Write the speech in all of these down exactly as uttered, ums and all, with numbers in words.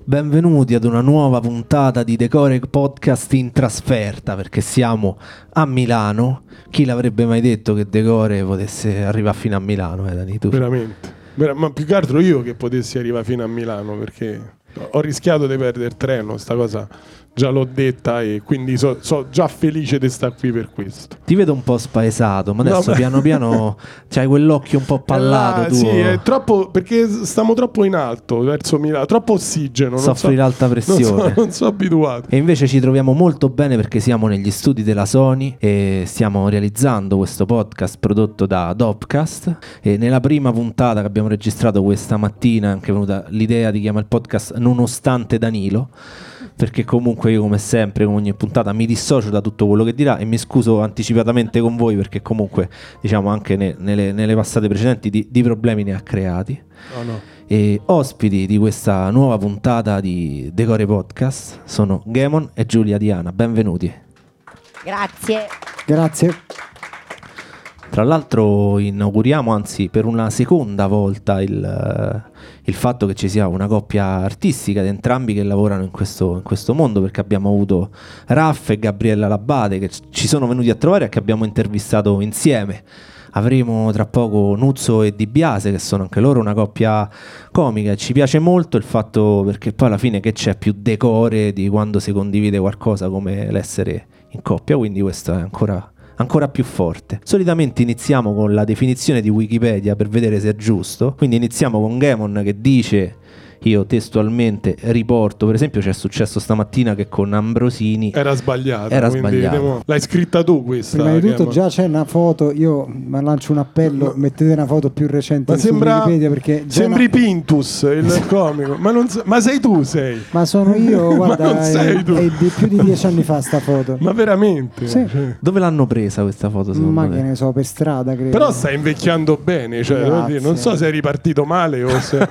Benvenuti ad una nuova puntata di Decore Podcast in trasferta, perché siamo a Milano. Chi l'avrebbe mai detto che Decore potesse arrivare fino a Milano, eh, Dani? Tu? Veramente, Ver- ma più che altro io che potessi arrivare fino a Milano, perché ho rischiato di perdere il treno, sta cosa già l'ho detta e quindi sono so già felice di stare qui per questo. Ti vedo un po' spaesato, ma adesso No, piano piano c'hai quell'occhio un po' pallato. Ah, tu. sì, è troppo, perché stiamo troppo in alto verso Milano, troppo ossigeno. Soffri non so, l'alta pressione. Non so, non so abituato. E invece ci troviamo molto bene perché siamo negli studi della Sony e stiamo realizzando questo podcast prodotto da Dopcast. E nella prima puntata che abbiamo registrato questa mattina è anche venuta l'idea di chiamare il podcast Nonostante Danilo, perché comunque io, come sempre, come ogni puntata, mi dissocio da tutto quello che dirà e mi scuso anticipatamente con voi perché comunque, diciamo, anche ne, nelle, nelle passate precedenti di, di problemi ne ha creati. Oh, no. E ospiti di questa nuova puntata di Decore Podcast sono Gamon e Giulia Diana. Benvenuti. Grazie. Grazie. Tra l'altro inauguriamo, anzi per una seconda volta, il, il fatto che ci sia una coppia artistica di entrambi che lavorano in questo, in questo mondo, perché abbiamo avuto Raff e Gabriella Labate che ci sono venuti a trovare e che abbiamo intervistato insieme. Avremo tra poco Nuzzo e Di Biase, che sono anche loro una coppia comica. Ci piace molto il fatto, perché poi alla fine che c'è più decore di quando si condivide qualcosa come l'essere in coppia, quindi questo è ancora... ancora più forte. Solitamente iniziamo con la definizione di Wikipedia per vedere se è giusto. Quindi iniziamo con Gamon che dice, io testualmente riporto, per esempio c'è successo stamattina che con Ambrosini Era sbagliato. Era quindi sbagliato. devo- L'hai scritta tu questa. Prima di tutto Gamon. già c'è una foto, io mi lancio un appello, Ma- mettete una foto più recente Ma su sembra Wikipedia perché già sembri una- Pintus, il comico. Ma, non, s- ma sei tu, sei. ma sono io, guarda, non sei è, tu. è di più di dieci anni fa sta foto. Ma veramente? Sì. Cioè. dove l'hanno presa questa foto secondo Ma te? che ne so, per strada credo. Però stai invecchiando bene, cioè, devo Grazie. dire, non so se è ripartito male o se...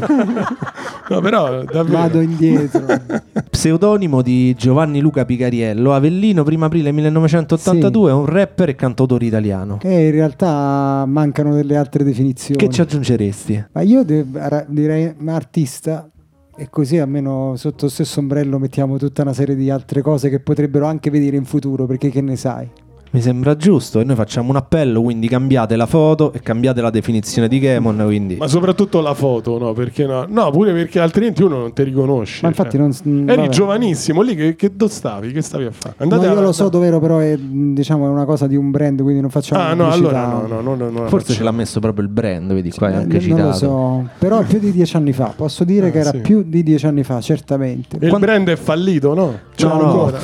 no, però davvero... Vado indietro. Pseudonimo di Giovanni Luca Picariello, Avellino, primo aprile millenovecentottantadue, è un rapper e cantautore italiano. E in realtà mancano delle altre definizioni. Che ci aggiungeresti? Ma io de- ra- direi artista, e così almeno sotto lo stesso ombrello mettiamo tutta una serie di altre cose che potrebbero anche vedere in futuro, perché che ne sai? Mi sembra giusto e noi facciamo un appello, quindi cambiate la foto e cambiate la definizione di Gamon, quindi... Ma soprattutto la foto, no? Perché no? No, pure perché altrimenti uno non ti riconosce. Ma infatti cioè. non s- Eri vabbè. giovanissimo, lì che, che dove stavi? Che stavi a fare? No, Andate io a- lo so dov'ero, però è, diciamo, è una cosa di un brand, quindi non facciamo Ah, no, pubblicità. allora no, no, no, no, no Forse ce l'ha messo proprio il brand, vedi qua è Eh, anche non citato. lo so, però più di dieci anni fa, posso dire Ah, che era sì. più di dieci anni fa, certamente. E il Quant- brand è fallito, no? C'è No, no. ancora.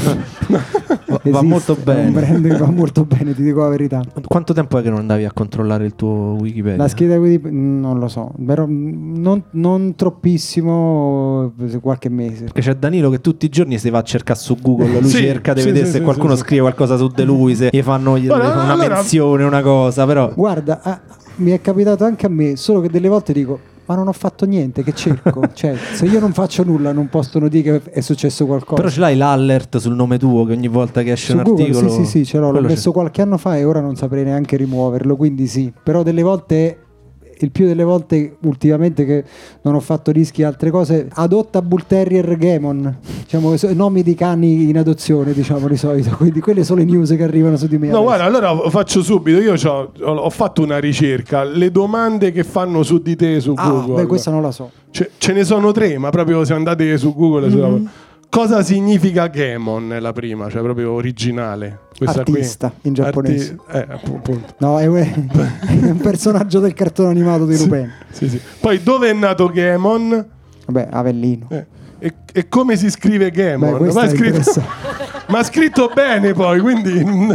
Va, va Esiste, molto è un bene. brand che va molto bene, ti dico la verità. Quanto tempo è che non andavi a controllare il tuo Wikipedia? La scheda Wikipedia non lo so, però non, non troppissimo, qualche mese. Perché c'è Danilo che tutti i giorni si va a cercare su Google, lui Sì, cerca di sì, vedere sì, se sì, qualcuno sì, sì. scrive qualcosa su De lui, se gli fanno gli- Allora, una allora- menzione, una cosa, però... Guarda, ah, mi è capitato anche a me, solo che delle volte dico ma non ho fatto niente, che cerco? Cioè, se io non faccio nulla non possono dire che è successo qualcosa. Però ce l'hai l'alert sul nome tuo che ogni volta che esce Su un Google, articolo... sì, sì, sì, ce l'ho, l'ho quello c'è. messo qualche anno fa e ora non saprei neanche rimuoverlo, quindi sì. Però delle volte, il più delle volte ultimamente che non ho fatto rischi e altre cose, adotta Bull Terrier Gamon, diciamo, so- nomi di cani in adozione, diciamo di solito, quindi quelle sono le news che arrivano su di me. No, adesso. guarda, allora faccio subito. Io c'ho- ho, ho fatto una ricerca. Le domande che fanno su di te su Ah, Google. beh, questa non la so. Ce, ce ne sono tre, ma proprio se andate su Google. Mhm. sulla- Cosa significa Gamon? È la prima, cioè proprio originale. Questa qui. Artista, in giapponese. Arti- eh, appu- appunto. No, è un, è un personaggio del cartone animato di Lupin. Sì, sì. Poi dove è nato Gamon? Vabbè, Avellino. Eh, E, e come si scrive Gamon? Beh, questo Ma, è è scritto, interessante. ma ha scritto bene poi, quindi...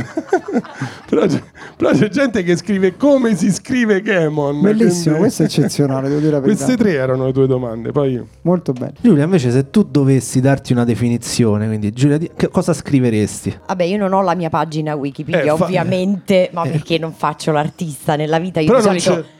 però, c'è, però c'è gente che scrive come si scrive Gamon. Bellissimo, quindi- questo è eccezionale, devo dire la verità. Queste tre erano le tue domande, poi... Molto bene. Giulia, invece se tu dovessi darti una definizione, quindi Giulia, di- che cosa scriveresti? Vabbè, io non ho la mia pagina Wikipedia, Eh, fa- ovviamente, ma perché non faccio l'artista nella vita? Io Però di non solito c'è-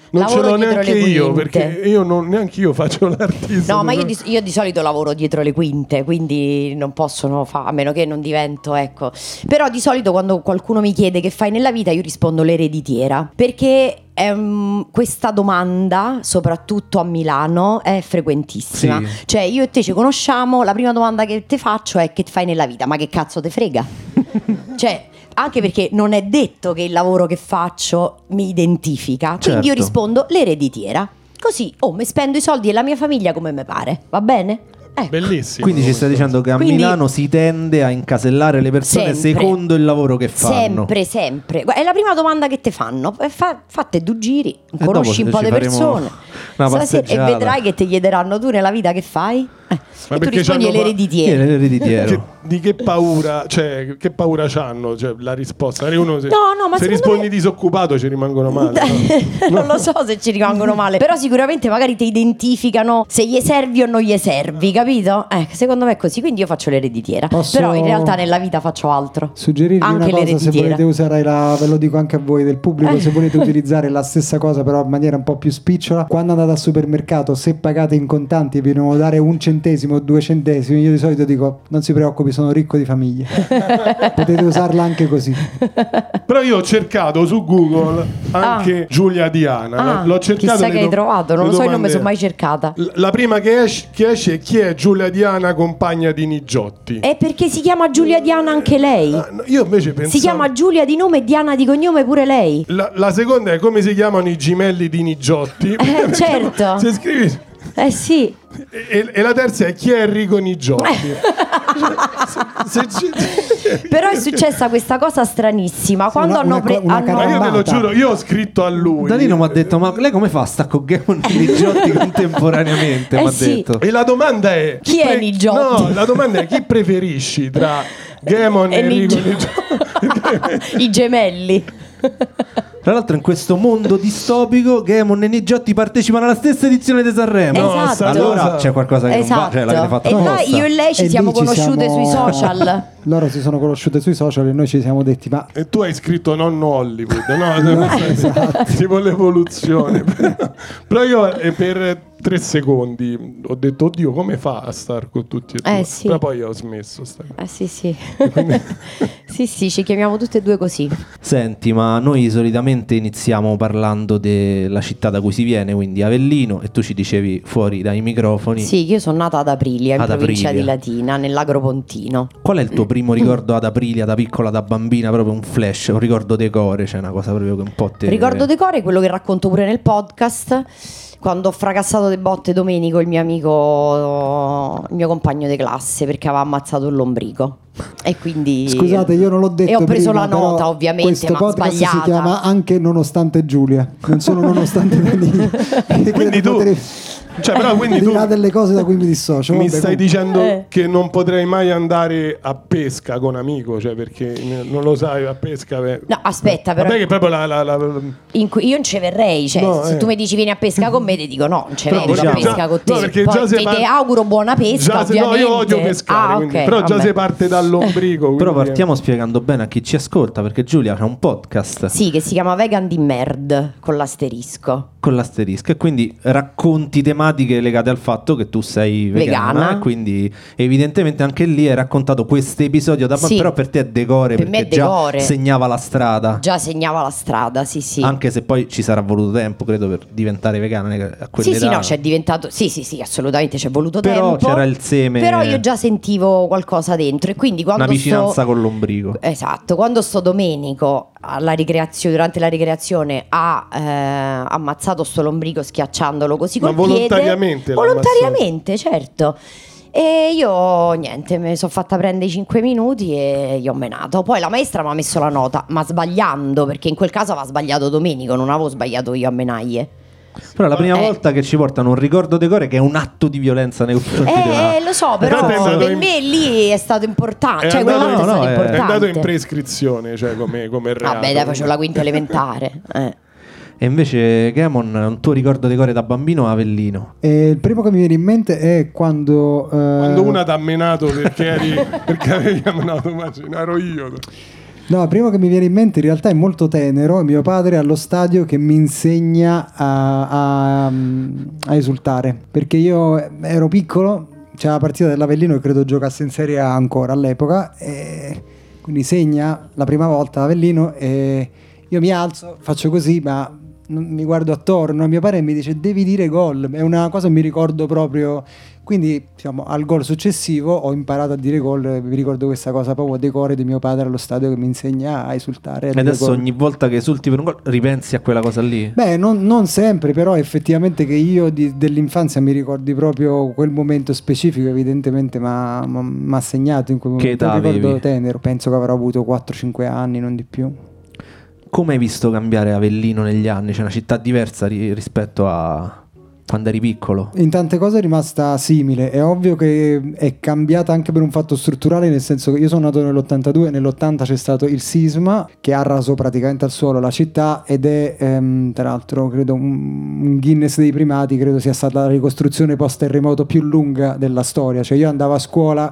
Non ce lavoro l'ho dietro neanche le io, quinte. perché io non, neanche io faccio l'artista. No, ma io però- di, io di solito lavoro dietro le quinte, quindi non possono fare, a meno che non divento, ecco. Però di solito quando qualcuno mi chiede che fai nella vita, io rispondo l'ereditiera, perché ehm, questa domanda, soprattutto a Milano, è frequentissima. Sì. Cioè, io e te ci conosciamo, la prima domanda che te faccio è: che fai nella vita? Ma che cazzo te frega? Cioè, anche perché non è detto che il lavoro che faccio mi identifica. Quindi Certo. io rispondo l'ereditiera. Così, oh, mi spendo i soldi della mia famiglia come mi pare. Va bene? Ecco. Bellissimo. Quindi ci stai dicendo che a Quindi- Milano si tende a incasellare le persone Sempre. secondo il lavoro che fanno. Sempre, sempre. Guarda, è la prima domanda che ti fanno. Eh, Fa, fate due giri, dopo conosci un po' ci di faremo persone una Stasera- e passeggiata. vedrai che ti chiederanno: tu nella vita che fai? Eh, Ma e tu perché rispondi c'hanno pa- l'ereditiera. Io l'ereditiero. Che- di che paura, cioè, che paura c'hanno? Cioè, la risposta. Magari uno se, No, no, ma se secondo rispondi me- disoccupato ci rimangono male. no? Non lo so se ci rimangono male, però sicuramente magari ti identificano se gli servi o non gli servi, capito? Eh, secondo me è così, quindi io faccio l'ereditiera. Posso- Però in realtà nella vita faccio altro. Suggerirvi Anche una cosa, se l'ereditiera. volete usare la, ve lo dico anche a voi del pubblico, se volete utilizzare la stessa cosa però in maniera un po' più spicciola, quando andate al supermercato, se pagate in contanti e vi devono dare un centesimo o due centesimi, io di solito dico: non si preoccupi, sono ricco di famiglia. Potete usarla anche così. Però io ho cercato su Google anche Giulia Diana. Ah, L'ho cercato. chissà le che hai do- trovato, non le lo so, io non mi domande- sono mai cercata. L- La prima che esce, che esce è: chi è Giulia Diana, compagna di Nigiotti? È perché si chiama Giulia Diana anche lei. Ah, no, io invece pensavo. Si chiama Giulia di nome e Diana di cognome pure lei. La, la seconda è: come si chiamano i gemelli di Nigiotti? Eh, certo. Se scrivi. Eh sì. E, e la terza è: chi è Enrico Nigiotti? Se- se- se- Però è successa questa cosa stranissima. Quando una- hanno una pre- co- una hanno- Ma io te lo carambata. giuro, io ho scritto a lui. Danilo mi ha detto: ma lei come fa a sta con Gamon e Nigiotti contemporaneamente? Eh Mi ha sì. detto. E la domanda è: Chi è Nigiotti? No, la domanda è: chi preferisci tra Gamon e E Enrico Nigio- Nigiotti? I gemelli. Tra l'altro in questo mondo distopico Gamon e Nigiotti partecipano alla stessa edizione di Sanremo. No, Esatto. sta Allora cosa- c'è qualcosa che non va, Esatto. cioè l'avete fatto E là apposta. io e lei ci E siamo lì ci conosciute siamo- sui social. Loro si sono conosciute sui social e noi ci siamo detti: ma E tu hai scritto nonno Hollywood, no? Esatto. Tipo l'evoluzione. Però io eh, per tre secondi ho detto: oddio, come fa a star con tutti e due? Eh, sì. Però poi ho smesso sta cosa. Eh sì sì. Sì sì, ci chiamiamo tutte e due così. Senti, ma noi solitamente iniziamo parlando della città da cui si viene, quindi Avellino, e tu ci dicevi fuori dai microfoni. Sì, io sono nata ad Aprilia, in Ad provincia Aprilia. di Latina, nell'Agro Pontino. Qual è il tuo primo ricordo ad Aprilia, da piccola, da bambina, proprio un flash, un ricordo decore, cioè una cosa proprio che un po' te... Ricordo decore, quello che racconto pure nel podcast. Quando ho fracassato de botte Domenico, il mio amico, il mio compagno di classe, perché aveva ammazzato un lombrico. E quindi scusate, io non l'ho detto E ho preso prima, la nota, però ovviamente, questo ma podcast sbagliata. si chiama Anche nonostante Giulia, non solo nonostante Danilo. Quindi tu, cioè, però quindi tu dirà delle cose da cui mi dissocio. mi vabbè, stai comunque. dicendo Eh. che non potrei mai andare a pesca con amico, cioè perché eh, non lo sai, a pesca. beh. No, aspetta, però Vabbè, che proprio la. la, la- in cui io non ci verrei, cioè No, se eh. tu mi dici vieni a pesca con me, ti dico no, non ci Però vengo a diciamo- pesca con te. no, perché Poi già se ti, par- ti auguro buona pesca, già se- no, ovviamente. io odio pescare, Ah, quindi- ok, però già vabbè. si parte dall'ombrico. Però quindi- partiamo spiegando bene a chi ci ascolta, perché Giulia ha un podcast Sì, che si chiama Vegan di Merd con l'asterisco. con l'asterisco e quindi racconti tematiche legate al fatto che tu sei vegana, Vegana. e quindi evidentemente anche lì hai raccontato questo episodio da Sì. però per te è decore, Per me perché è già decore. segnava la strada. Già segnava la strada, sì, sì. Anche se poi ci sarà voluto tempo, credo, per diventare vegana non è che a Sì, quell'età. sì, no, c'è diventato. Sì, sì, sì, assolutamente c'è voluto Però tempo. c'era il seme- Però io già sentivo qualcosa dentro. E quindi quando una vicinanza sto... con l'ombrico. Esatto, quando sto Domenico alla ricreazione, durante la ricreazione ha eh, ammazzato sto lombrico schiacciandolo così Ma col piede. volontariamente l'ha Volontariamente, certo. E io niente, mi sono fatta prendere i cinque minuti e gli ho menato. Poi la maestra mi ha messo la nota, ma sbagliando, perché in quel caso aveva sbagliato Domenico, non avevo sbagliato io a menaglie. Però è la prima Eh. volta che ci portano un ricordo decore che è un atto di violenza nei confronti della... Eh, lo so, però Infatti è andato per in- me lì è stato importante. È Cioè, andato- quella volta no, è no, stato è- È importante. andato in prescrizione, cioè come, come reato. Vabbè, dai, facevo la quinta elementare. Eh. E invece Gamon, un tuo ricordo decore da bambino a Avellino? E il primo che mi viene in mente è quando eh, Quando una t'ha menato perché eri perché avevi menato, immagino, ero io. No, primo che mi viene in mente in realtà è molto tenero, mio padre allo stadio che mi insegna a, a, a esultare, perché io ero piccolo, c'era la partita dell'Avellino che credo giocasse in Serie A ancora all'epoca, e quindi segna la prima volta l'Avellino e io mi alzo, faccio così, ma mi guardo attorno, mio padre mi dice devi dire gol, è una cosa che mi ricordo proprio, quindi diciamo, al gol successivo ho imparato a dire gol, mi ricordo questa cosa proprio a decore di mio padre allo stadio che mi insegna a esultare. E adesso ogni volta che esulti per un gol ripensi a quella cosa lì? Beh, non, non sempre, però effettivamente che io di, dell'infanzia mi ricordi proprio quel momento specifico, evidentemente mi ha segnato in quel momento. Che età ricordo avevi? tenero, penso che avrò avuto quattro cinque anni, non di più. Come hai visto cambiare Avellino negli anni? C'è una città diversa ri- rispetto a quando eri piccolo? In tante cose è rimasta simile, è ovvio che è cambiata anche per un fatto strutturale, nel senso che io sono nato nell'ottantadue, nell'ottanta c'è stato il sisma che ha raso praticamente al suolo la città ed è ehm, tra l'altro credo un, un Guinness dei primati, credo sia stata la ricostruzione post terremoto più lunga della storia, cioè io andavo a scuola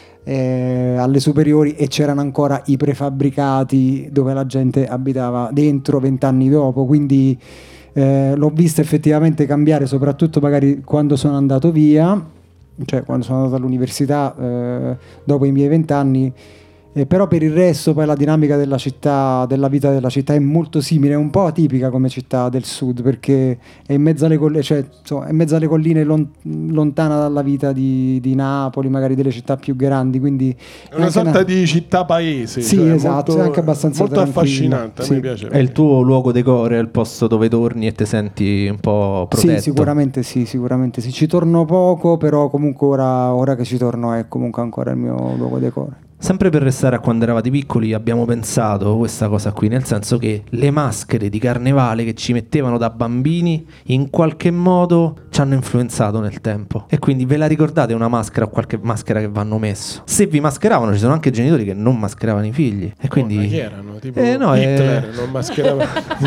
Eh, alle superiori e c'erano ancora i prefabbricati dove la gente abitava dentro vent'anni dopo, quindi eh, l'ho vista effettivamente cambiare, soprattutto magari quando sono andato via, cioè quando sono andato all'università eh, dopo i miei vent'anni. Eh, però per il resto poi la dinamica della città, della vita della città è molto simile, è un po' atipica come città del sud perché è in mezzo alle colline, cioè, insomma, è in mezzo alle colline lon- lontana dalla vita di, di Napoli, magari delle città più grandi, quindi è una sorta una... di città paese, sì, cioè esatto, molto, è anche abbastanza molto affascinante, sì. A me piace. È il tuo luogo decore, è il posto dove torni e ti senti un po' protetto? Sì, sicuramente sì, sicuramente sì. Ci torno poco, però comunque ora, ora che ci torno è comunque ancora il mio luogo decore. Sempre per restare a quando eravate piccoli abbiamo pensato questa cosa qui, nel senso che le maschere di carnevale che ci mettevano da bambini in qualche modo ci hanno influenzato nel tempo, e quindi ve la ricordate una maschera o qualche maschera che vanno messo? Se vi mascheravano, ci sono anche genitori che non mascheravano i figli e quindi oh, ma chi erano? Tipo eh, no, Hitler eh... non mascherava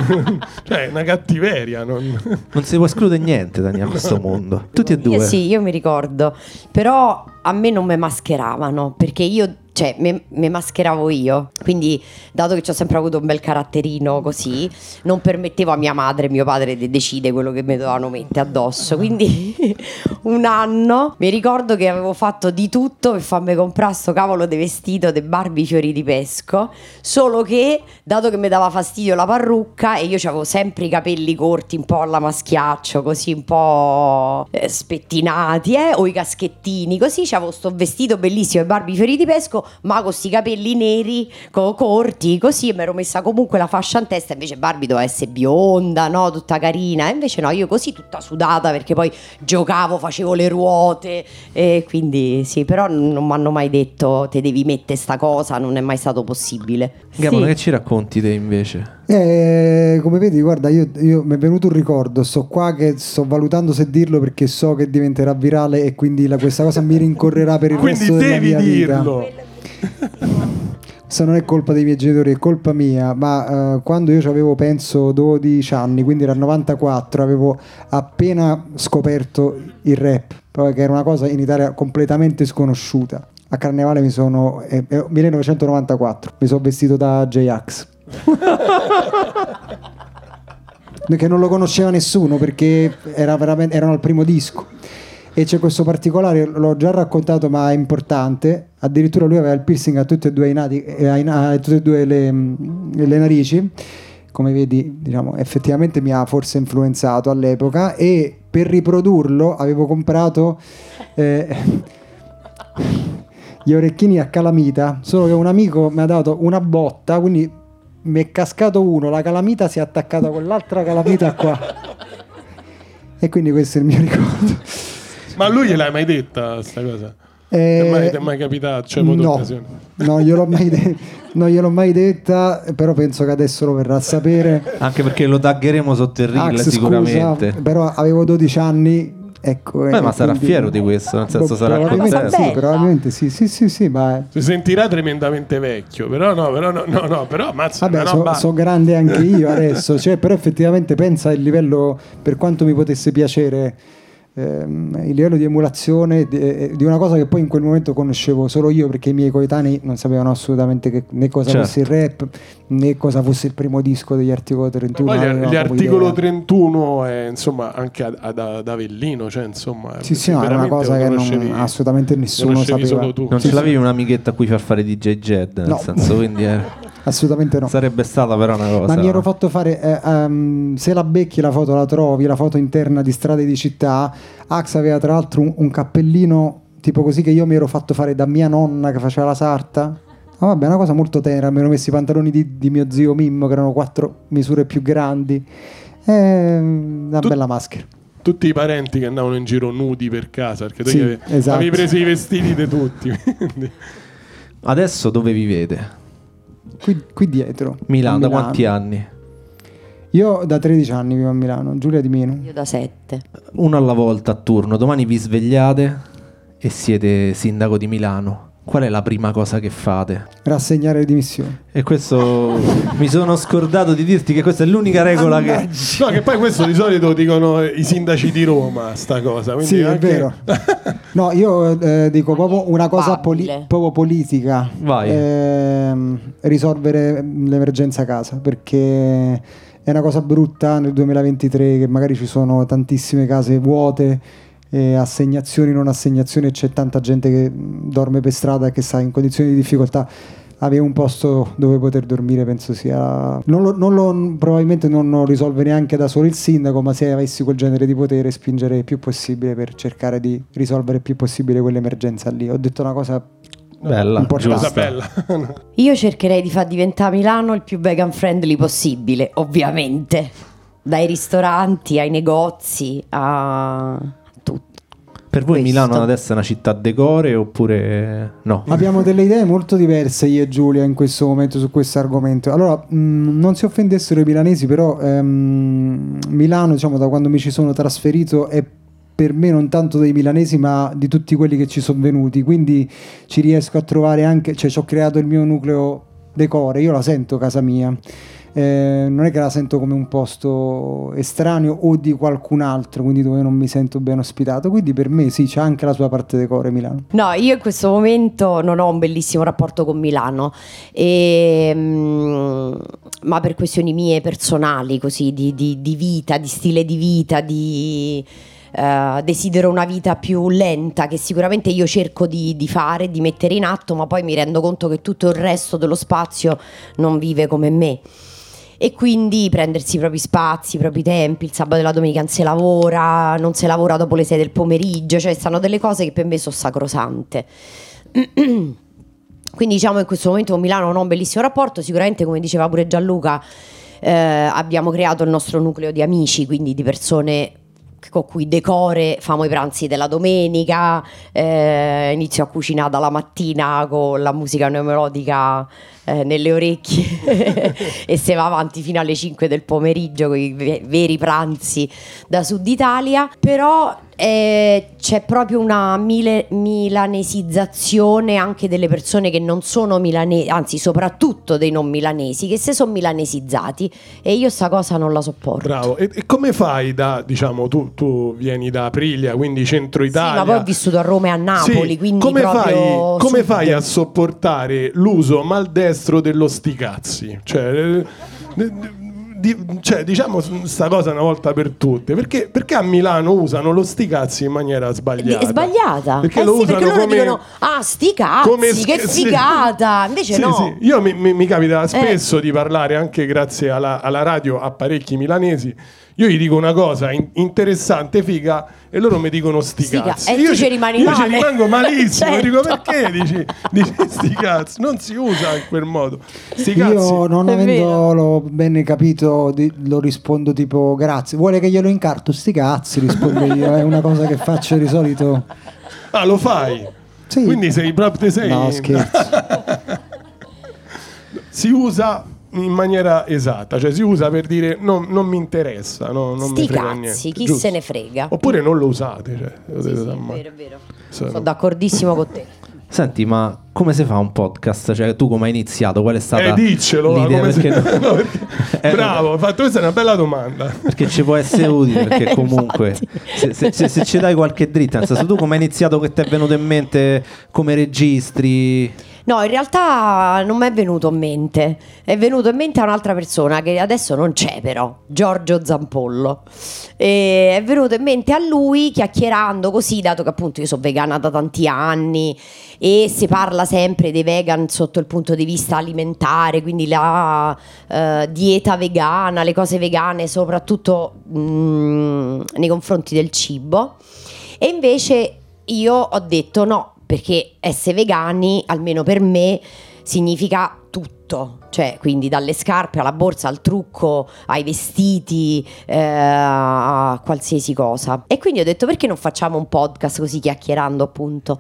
cioè una cattiveria, non... non si può escludere niente Dani a questo mondo, tutti e due. Io sì, io mi ricordo, però a me non me mascheravano perché io cioè mi mascheravo io, quindi dato che ci ho sempre avuto un bel caratterino così, non permettevo a mia madre e mio padre di decidere quello che mi dovevano mettere addosso, quindi un anno mi ricordo che avevo fatto di tutto per farmi comprare sto cavolo di vestito di Barbie fiori di pesco, solo che dato che mi dava fastidio la parrucca e io avevo sempre i capelli corti un po' alla Maschiaccio, così un po' eh, spettinati eh, o i caschettini, così c'avevo sto vestito bellissimo di Barbie fiori di pesco ma con sti capelli neri co- corti così, e mi ero messa comunque la fascia in testa, invece Barbie doveva essere bionda, no, tutta carina, e invece no, io così tutta sudata perché poi giocavo, facevo le ruote e quindi sì, però non mi hanno mai detto te devi mettere sta cosa, non è mai stato possibile. Gamone, sì. Che ci racconti te invece? Eh, come vedi, guarda, io, io mi è venuto un ricordo, sto qua che sto valutando se dirlo perché so che diventerà virale e quindi la, questa cosa mi rincorrerà per il quindi resto della mia dirlo. vita. Questa non è colpa dei miei genitori, è colpa mia, ma uh, quando io avevo penso dodici anni, quindi era novantaquattro, avevo appena scoperto il rap, che era una cosa in Italia completamente sconosciuta. A Carnevale mi sono eh, millenovecentonovantaquattro, mi sono vestito da J-Ax. Che non lo conosceva nessuno perché era veramente, erano al primo disco. E c'è questo particolare, l'ho già raccontato ma è importante, addirittura lui aveva il piercing a tutte e due i nati, a tutte e due le, le narici, come vedi, diciamo, effettivamente mi ha forse influenzato all'epoca, e per riprodurlo avevo comprato eh, gli orecchini a calamita, solo che un amico mi ha dato una botta, quindi mi è cascato uno, la calamita si è attaccata con l'altra calamita qua e quindi questo è il mio ricordo. Ma a lui gliel'hai mai detta sta cosa? Eh, ti, è mai, ti è mai capitato? C'è avuto no, occasione? no, gliel'ho mai de- non gliel'ho mai detta, però penso che adesso lo verrà a sapere. Anche perché lo taggeremo sotto il reel Ax, sicuramente. Scusa, però avevo dodici anni. Ecco, Beh, eh, ma sarà quindi, fiero di questo, nel senso sarà probabilmente contento. sì, probabilmente sì, sì, sì, sì, ma si sentirà tremendamente vecchio, però no, però no, no, no però ammazza, vabbè, sono so, so grande anche io adesso, cioè, però effettivamente pensa il livello, per quanto mi potesse piacere ehm, il livello di emulazione di, di una cosa che poi in quel momento conoscevo solo io, perché i miei coetanei non sapevano assolutamente che, né cosa Certo. fosse il rap né cosa fosse il primo disco degli Articolo trentuno. Poi gli, avevano gli proprio articolo idea. trentuno è insomma anche ad, ad, ad Avellino, cioè insomma Sì, sì, no, era una cosa che non, assolutamente nessuno conoscevi sapeva. solo tu. Non Sì, ce sì. l'avevi un'amichetta a cui far fare D J Jed, nel No. senso, quindi eh, Assolutamente no. sarebbe stata però una cosa. Ma mi ero fatto fare, eh, ehm, se la becchi la foto, la trovi, la foto interna di strade di città. Ax aveva tra l'altro un, un cappellino tipo così che io mi ero fatto fare da mia nonna che faceva la sarta. Ma vabbè, è una cosa molto tenera. Mi ero messo i pantaloni di, di mio zio Mimmo, che erano quattro misure più grandi. È una Tu- bella maschera. Tutti i parenti che andavano in giro nudi per casa, perché tu Sì, gli avevi, esatto. avevi preso i vestiti di tutti. quindi- Adesso dove vivete? Qui, qui dietro. Milano, a da quanti anni? Io da tredici anni vivo a Milano, Giulia di meno. Io da sette. Uno alla volta a turno. Domani vi svegliate e siete sindaco di Milano. Qual è la prima cosa che fate? Rassegnare le dimissioni. E questo mi sono scordato di dirti che questa è l'unica regola che... No, che poi questo di solito dicono i sindaci di Roma, sta cosa. Quindi Sì, è anche- vero. No, io eh, dico proprio una cosa poli- Probabile. proprio politica. Vai. Ehm, risolvere l'emergenza casa, perché è una cosa brutta nel duemilaventitré che magari ci sono tantissime case vuote, eh, assegnazioni, non assegnazioni, e c'è tanta gente che mh, dorme per strada e che sta in condizioni di difficoltà. Avere un posto dove poter dormire penso sia non lo, non lo- probabilmente non lo risolve neanche da solo il sindaco, ma se avessi quel genere di potere spingere il più possibile per cercare di risolvere il più possibile quell'emergenza lì. Ho detto una cosa Bella, importante. cosa giusta. bella. Io cercherei di far diventare Milano il più vegan friendly possibile, ovviamente. Dai ristoranti ai negozi a tutto. Per voi Questo. Milano adesso è una città decore oppure no? Abbiamo delle idee molto diverse io e Giulia in questo momento su questo argomento. Allora, mh, non si offendessero i milanesi, però ehm, Milano, diciamo, da quando mi ci sono trasferito è per me non tanto dei milanesi ma di tutti quelli che ci sono venuti, quindi ci riesco a trovare anche, cioè ci ho creato il mio nucleo decore, io la sento casa mia. Eh, non è che la sento come un posto estraneo o di qualcun altro, quindi dove non mi sento ben ospitato, quindi per me sì, c'è anche la sua parte decore Milano. No, io in questo momento non ho un bellissimo rapporto con Milano, e, mm, ma per questioni mie personali, così di, di- di vita, di stile di vita, di eh, desidero una vita più lenta, che sicuramente io cerco di, di fare, di mettere in atto, ma poi mi rendo conto che tutto il resto dello spazio non vive come me. E quindi prendersi i propri spazi, i propri tempi, il sabato e la domenica non si lavora, non si lavora dopo le sei del pomeriggio, cioè stanno delle cose che per me sono sacrosante. Quindi diciamo in questo momento con Milano non ho un bellissimo rapporto, sicuramente come diceva pure Gianluca eh, abbiamo creato il nostro nucleo di amici, quindi di persone con cui decore famo i pranzi della domenica, eh, inizio a cucinare dalla mattina con la musica neomelodica eh, nelle orecchie e se va avanti fino alle cinque del pomeriggio con i ve- veri pranzi da Sud Italia. Però eh, c'è proprio una mile- milanesizzazione anche delle persone che non sono milanesi, anzi soprattutto dei non milanesi che se sono milanesizzati, e io sta cosa non la sopporto. Bravo. E, e come fai da, diciamo, tu, tu vieni da Aprilia, quindi centro Sì, Italia. ma poi ho vissuto a Roma e a Napoli, Sì, quindi come proprio fai, come sud. fai a sopportare l'uso maldestro dello sti cazzi? Cioè, eh, di- cioè, diciamo sta cosa una volta per tutte, perché, perché a Milano usano lo sti cazzi in maniera sbagliata? È sbagliata. Perché Eh lo sì, usano perché loro come dicono ah sti cazzi, come che sch- sì. figata. Invece Sì, no. sì. Io mi, mi- mi capita Eh. spesso di parlare anche grazie alla, alla radio a parecchi milanesi. Io gli dico una cosa in- interessante, figa, e loro mi dicono sti Sti ca- cazzi. e tu io ci rimani io ci male. rimango malissimo. Certo. Dico perché dici, dici sti cazzi? Non si usa in quel modo. Sti cazzi. Io non È vero. avendolo bene capito di- lo rispondo tipo grazie, vuole che glielo incarto? Sti cazzi, rispondo io, è una cosa che faccio di solito. Ah, lo fai? Sì. Quindi sei proprio sei. No, scherzo. Si usa in maniera esatta, cioè si usa per dire non, non mi interessa, no, non Sti mi frega cazzi, niente. chi Giusto. se ne frega. Oppure non lo usate, cioè, lo Sì, dite sì, da è male. vero, è vero. Sì. Sono d'accordissimo con te. Senti, ma come si fa un podcast? Cioè, tu come hai iniziato? Qual è stata eh, diccelo, l'idea? come Perché se... no? no, perché... eh, bravo, hai fatto, questa è una bella domanda. Perché ci può essere utile, perché comunque se, se, se, se ci dai qualche dritta, nel senso, tu come hai iniziato, che ti è venuto in mente, come registri? No, in realtà non mi è venuto in mente, è venuto in mente a un'altra persona che adesso non c'è però, Giorgio Zampollo. E è venuto in mente a lui chiacchierando così, dato che appunto io sono vegana da tanti anni e si parla sempre dei vegan sotto il punto di vista alimentare, quindi la uh, dieta vegana, le cose vegane soprattutto mh, nei confronti del cibo. E invece io ho detto no, perché essere vegani, almeno per me, significa tutto, cioè quindi dalle scarpe alla borsa al trucco ai vestiti, eh, a qualsiasi cosa. E quindi ho detto perché non facciamo un podcast così chiacchierando appunto.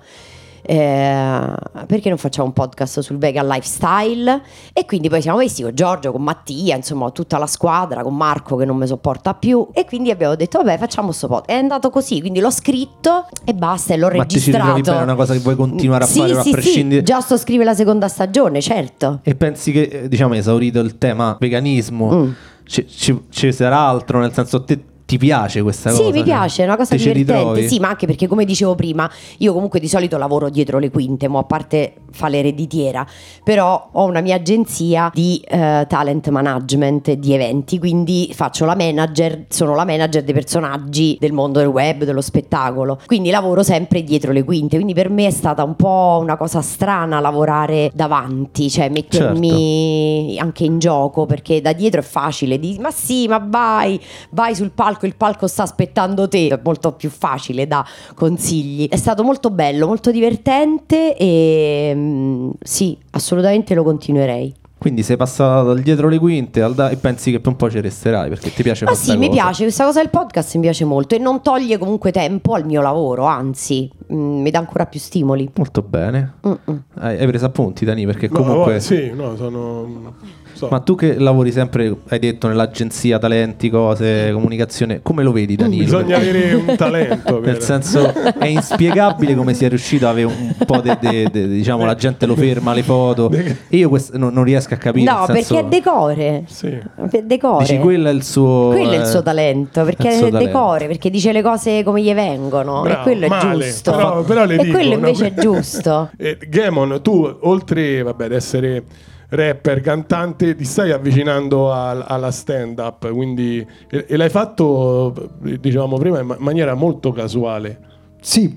Eh, perché non facciamo un podcast sul vegan lifestyle? E quindi poi siamo messi con Giorgio, con Mattia, insomma tutta la squadra, con Marco che non mi sopporta più, e quindi abbiamo detto vabbè facciamo sto podcast. È andato così, quindi l'ho scritto e basta, e l'ho Ma registrato. Ma ti ci ritrovi bene, è una cosa che vuoi continuare a sì, fare sì, a prescindere? Sì, già sto scrivendo la seconda stagione, certo. E pensi che, diciamo, esaurito il tema veganismo, Mm. ci, ci, ci sarà altro, nel senso, te ti piace questa sì, cosa? Sì, mi piace, è una cosa Te ci divertente. ritrovi? Sì, ma anche perché, come dicevo prima, io comunque di solito lavoro dietro le quinte, mo a parte fa l'ereditiera, però ho una mia agenzia di eh, talent management di eventi, quindi faccio la manager, sono la manager dei personaggi del mondo del web, dello spettacolo, quindi lavoro sempre dietro le quinte, quindi per me è stata un po' una cosa strana lavorare davanti, cioè mettermi certo. anche in gioco, perché da dietro è facile, di, ma sì, ma vai, vai sul palco, il palco sta aspettando te, è molto più facile da consigli. È stato molto bello, molto divertente e mm, sì, assolutamente lo continuerei. Quindi sei passata dal dietro le quinte al da- e pensi che per un po' ci resterai perché ti piace ah questa sì, cosa? Mi piace, questa cosa del podcast mi piace molto e non toglie comunque tempo al mio lavoro, anzi mh, mi dà ancora più stimoli. Molto bene. Hai, hai preso appunti, Dani, perché No, comunque... sì, no, sono... So. Ma tu che lavori sempre, hai detto, nell'agenzia talenti, cose, comunicazione, come lo vedi, Danilo? Bisogna avere un talento. Nel senso, è inspiegabile come sia riuscito ad avere un po' di, de, de, diciamo, la gente lo ferma, le foto. E io quest- no, non riesco a capire. No, nel senso, perché è decore. Sì. Decore. Dici, quello è il suo... Quello è il suo eh, talento, perché è il suo è decore, perché dice le cose come gli vengono. Bravo, e quello è male, giusto. Però, però le e dico, quello invece no? è giusto. eh, Gamon, tu oltre vabbè, ad essere rapper, cantante, ti stai avvicinando al, alla stand up, quindi e, e l'hai fatto, dicevamo prima, in maniera molto casuale. Sì,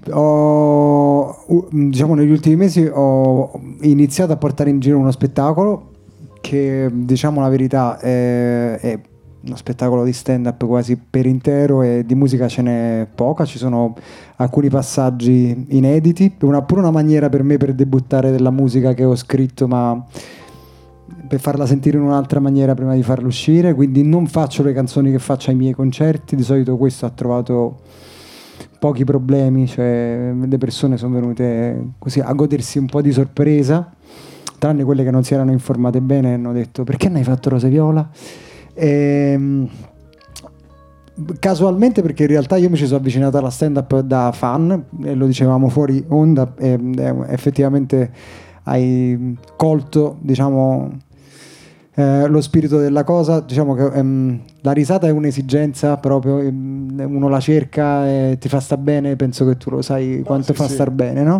ho, diciamo negli ultimi mesi ho iniziato a portare in giro uno spettacolo che, diciamo la verità, è, è uno spettacolo di stand up quasi per intero e di musica ce n'è poca, ci sono alcuni passaggi inediti, una, pure una maniera per me per debuttare della musica che ho scritto, ma per farla sentire in un'altra maniera prima di farla uscire, quindi non faccio le canzoni che faccio ai miei concerti, di solito questo ha trovato pochi problemi, cioè le persone sono venute così a godersi un po' di sorpresa, tranne quelle che non si erano informate bene e hanno detto perché non hai fatto Rosa Viola? E, casualmente, perché in realtà io mi ci sono avvicinato alla stand up da fan e lo dicevamo fuori onda e effettivamente hai colto, diciamo, eh, lo spirito della cosa. Diciamo che ehm, la risata è un'esigenza proprio, ehm, uno la cerca e ti fa sta bene, penso che tu lo sai quanto oh, sì, fa sì. star bene, no?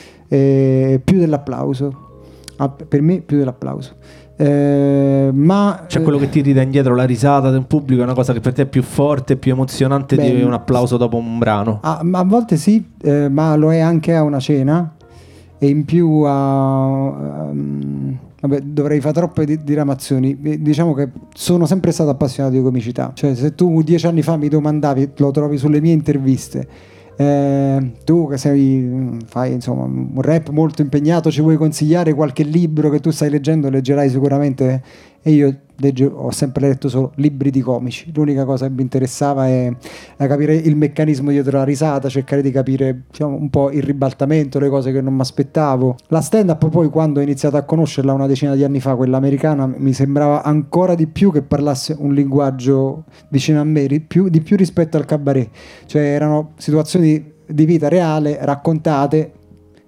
E più dell'applauso, ah, per me più dell'applauso. Eh, ma Cioè quello che ti ridà indietro, la risata del pubblico, è una cosa che per te è più forte, più emozionante Beh, di un applauso dopo un brano. a, a volte sì, eh, ma lo è anche a una cena. E in più a, um, vabbè, dovrei fare troppe di- diramazioni. Diciamo che sono sempre stato appassionato di comicità, cioè se tu dieci anni fa mi domandavi, lo trovi sulle mie interviste, eh, tu che sei, fai insomma un rap molto impegnato, ci vuoi consigliare qualche libro che tu stai leggendo? Leggerai sicuramente. E io leggo, ho sempre letto solo libri di comici, l'unica cosa che mi interessava è, è capire il meccanismo dietro la risata, cercare di capire, diciamo, un po' il ribaltamento, le cose che non mi aspettavo. La stand up poi, quando ho iniziato a conoscerla una decina di anni fa, quella americana, mi sembrava ancora di più che parlasse un linguaggio vicino a me, di più, di più rispetto al cabaret, cioè erano situazioni di vita reale raccontate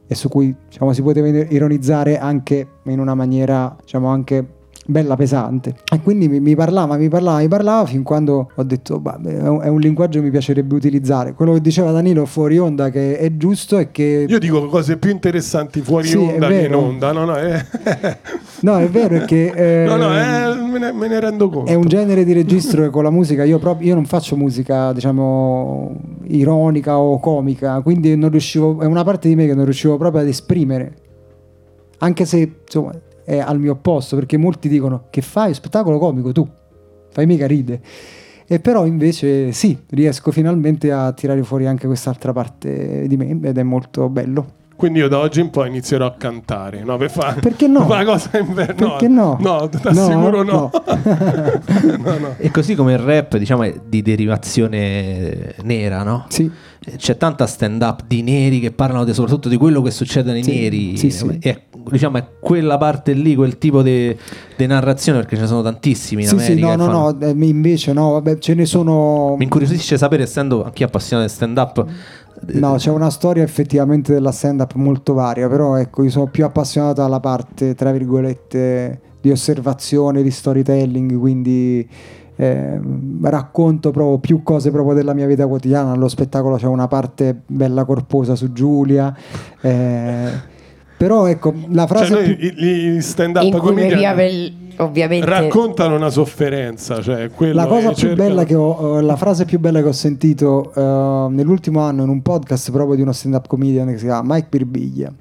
e su cui, diciamo, si poteva ironizzare anche in una maniera, diciamo, anche bella pesante. E quindi mi, mi parlava, mi parlava, mi parlava fin quando ho detto bah, è, un, è un linguaggio che mi piacerebbe utilizzare. Quello che diceva Danilo fuori onda, che è giusto, è che io dico cose più interessanti fuori sì, onda che in onda. No, no, è... no, è vero, è che eh, no, no, è, me, ne, me ne rendo conto. È un genere di registro che con la musica io proprio io non faccio musica, diciamo, ironica o comica, quindi non riuscivo, è una parte di me che non riuscivo proprio ad esprimere, anche se insomma è al mio opposto, perché molti dicono che fai spettacolo comico, tu fai mica ride, e però invece sì, riesco finalmente a tirare fuori anche quest'altra parte di me ed è molto bello. Quindi io da oggi in poi inizierò a cantare, no? Per fare Perché no? una cosa in ver- Perché no? No, ti assicuro no. no. no, no. E così come il rap, diciamo, è di derivazione nera, no? Sì. C'è tanta stand-up di neri che parlano de- soprattutto di quello che succede ai Sì, neri. sì, sì. E, diciamo, è quella parte lì, quel tipo di narrazione, perché ce ne sono tantissimi in Sì, America. sì, no, che no, fanno- no, eh, invece no, vabbè, ce ne sono. Mi incuriosisce sapere, essendo anche io appassionato di stand-up. No, c'è una storia effettivamente della stand-up molto varia, però ecco, io sono più appassionato alla parte, tra virgolette, di osservazione, di storytelling, quindi eh, racconto proprio più cose proprio della mia vita quotidiana. Allo spettacolo c'è una parte bella corposa su Giulia, eh, però ecco, la frase Cioè noi più... i, i stand-up in cui comedian veniva il- ovviamente raccontano una sofferenza, cioè quello La cosa che più cercano- bella che ho, eh, la frase più bella che ho sentito eh, nell'ultimo anno in un podcast proprio di uno stand-up comedian che si chiama Mike Birbiglia,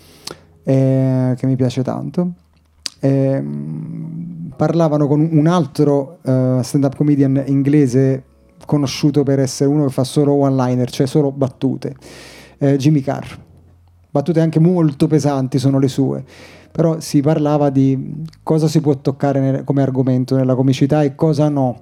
eh, che mi piace tanto. Eh, parlavano con un altro eh, stand-up comedian inglese conosciuto per essere uno che fa solo one-liner, cioè solo battute, eh, Jimmy Carr. Battute anche molto pesanti sono le sue, però si parlava di cosa si può toccare nel- come argomento nella comicità e cosa no.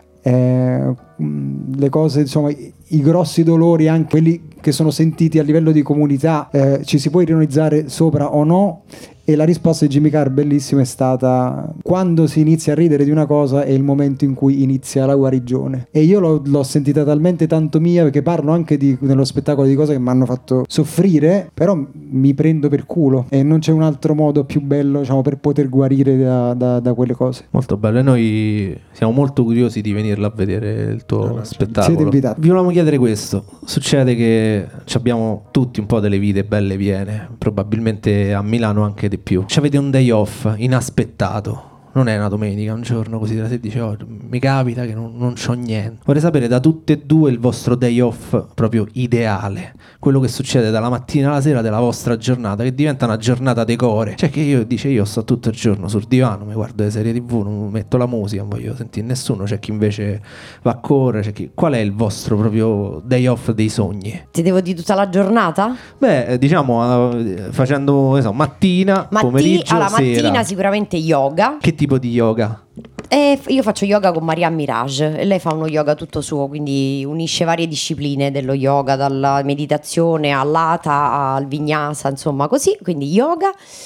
Eh, mh, le cose, insomma, i, i grossi dolori, anche quelli che sono sentiti a livello di comunità, eh, ci si può ironizzare sopra o no? E la risposta di Jimmy Carr, bellissima, è stata: quando si inizia a ridere di una cosa è il momento in cui inizia la guarigione. E io l'ho, l'ho sentita talmente tanto mia, perché parlo anche di, nello spettacolo di cose che mi hanno fatto soffrire, però mi prendo per culo e non c'è un altro modo più bello, diciamo, per poter guarire da, da, da quelle cose. Molto bello, e noi siamo molto curiosi di venirlo a vedere il tuo No, no, spettacolo. siete invitati. Vi volevamo chiedere questo: succede che ci abbiamo tutti un po' delle vite belle piene, probabilmente a Milano anche di più. Ci avete un day off inaspettato, non è una domenica, un giorno così della sedici, oh, mi capita che non, non c'ho niente. Vorrei sapere da tutte e due il vostro day off proprio ideale, quello che succede dalla mattina alla sera della vostra giornata, che diventa una giornata decore. Cioè che io, dice, io sto tutto il giorno sul divano, mi guardo le serie tv, non metto la musica, non voglio sentire nessuno. C'è chi invece va a correre, c'è chi... Qual è il vostro proprio day off dei sogni? ti devo dire tutta la giornata? Beh, eh, diciamo, eh, facendo, non so, mattina, Matti- pomeriggio, alla sera. mattina sicuramente yoga. Che tipo di yoga? E f- io faccio yoga con Maria Mirage e lei fa uno yoga tutto suo, quindi unisce varie discipline dello yoga, dalla meditazione all'ata al vinyasa, insomma così, quindi yoga.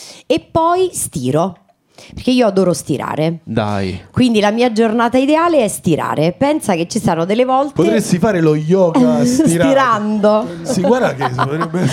E poi stiro, perché io adoro stirare. Dai. Quindi la mia giornata ideale è stirare. Pensa che ci stanno delle volte Potresti fare lo yoga stirato. stirando. Si guarda che potrebbe...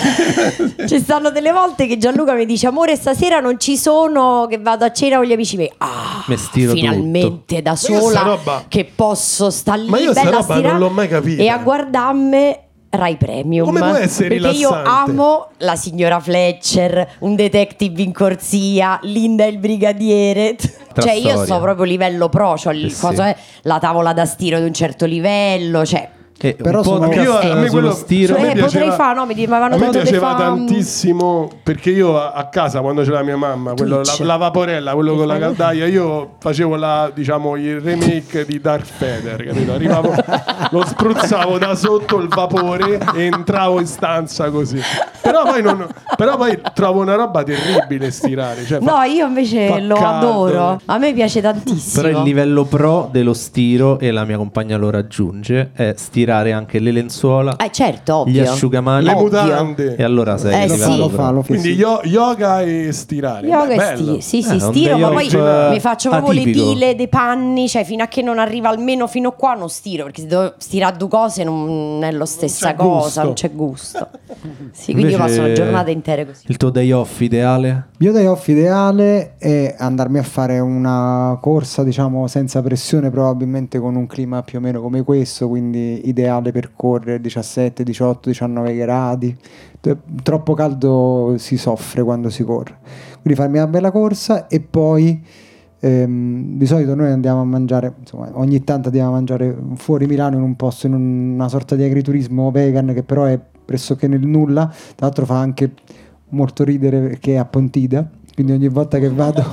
Ci stanno delle volte che Gianluca mi dice: amore, stasera non ci sono, che vado a cena con gli amici miei. Ah, Me stiro finalmente da io sta sola roba- che posso stare lì Ma io sta bella a roba stirare non l'ho mai capita. e a guardarmi Rai Premium. Come può essere perché io rilassante? amo la signora Fletcher, un detective in corsia, Linda il brigadiere. Tra Cioè io storia. sto proprio livello pro, cioè il Sì, coso sì. è la tavola da stiro di un certo livello, cioè Che Però un sono- podcast Io- a me sullo quello- stiro. a me eh, piaceva- potrei fare, no, mi mi avevano A me detto di piaceva fa- tantissimo, perché io a, a casa quando c'era mia mamma, quello, la, Twitch. la vaporella, quello con la caldaia, io facevo la, diciamo, il remake di Darth Vader, capito? Arrivavo, lo spruzzavo da sotto il vapore e entravo in stanza così. Però poi, non, però poi trovo una roba terribile stirare. Cioè, No, fa- io invece fa lo caldo. adoro. A me piace tantissimo. Però il livello pro dello stiro, e la mia compagna lo raggiunge, è stirare anche le lenzuola, Eh certo, ovvio. gli asciugamani. Le Ovvio. mutande. E allora sei Eh, a lo livello sì. fa, lo pro. fa, lo fa. Quindi sì. yo- yoga e stirare. Yoga Beh, e bello. sti- sì, sì, Eh, un stiro, day ma off, poi eh, mi faccio proprio atipico. le pile dei panni, cioè fino a che non arriva almeno fino qua non stiro, perché se devo stirare due cose non è la stessa c'è cosa, gusto. non c'è gusto. Sì, quindi io passo giornate intere così. Il tuo day off ideale? Il mio day off ideale è andarmi a fare una corsa, diciamo, senza pressione, probabilmente con un clima più o meno come questo, quindi ideale per correre diciassette, diciotto, diciannove gradi. Troppo caldo si soffre quando si corre. Quindi farmi una bella corsa e poi ehm, di solito noi andiamo a mangiare, insomma, ogni tanto andiamo a mangiare fuori Milano in un posto, in una sorta di agriturismo vegan che però è pressoché nel nulla. Tra l'altro fa anche molto ridere perché è a Pontida, quindi ogni volta che vado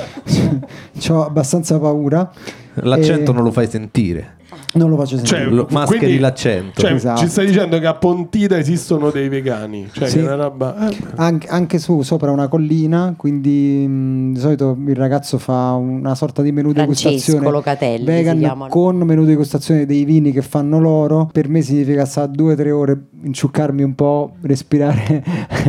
ho abbastanza paura. L'accento e... non lo fai sentire. Non lo faccio sentire. Cioè, Lo, mascheri quindi, l'accento. Cioè, Esatto. Ci stai dicendo che a Pontida esistono dei vegani? Cioè, Sì. che è una roba... Eh. Anche, anche su sopra una collina, quindi mh, di solito il ragazzo fa una sorta di menù Francesco degustazione Locatelli si vegan chiamano. con menù degustazione dei vini che fanno loro. Per me significa stare due o tre ore, inciuccarmi un po', respirare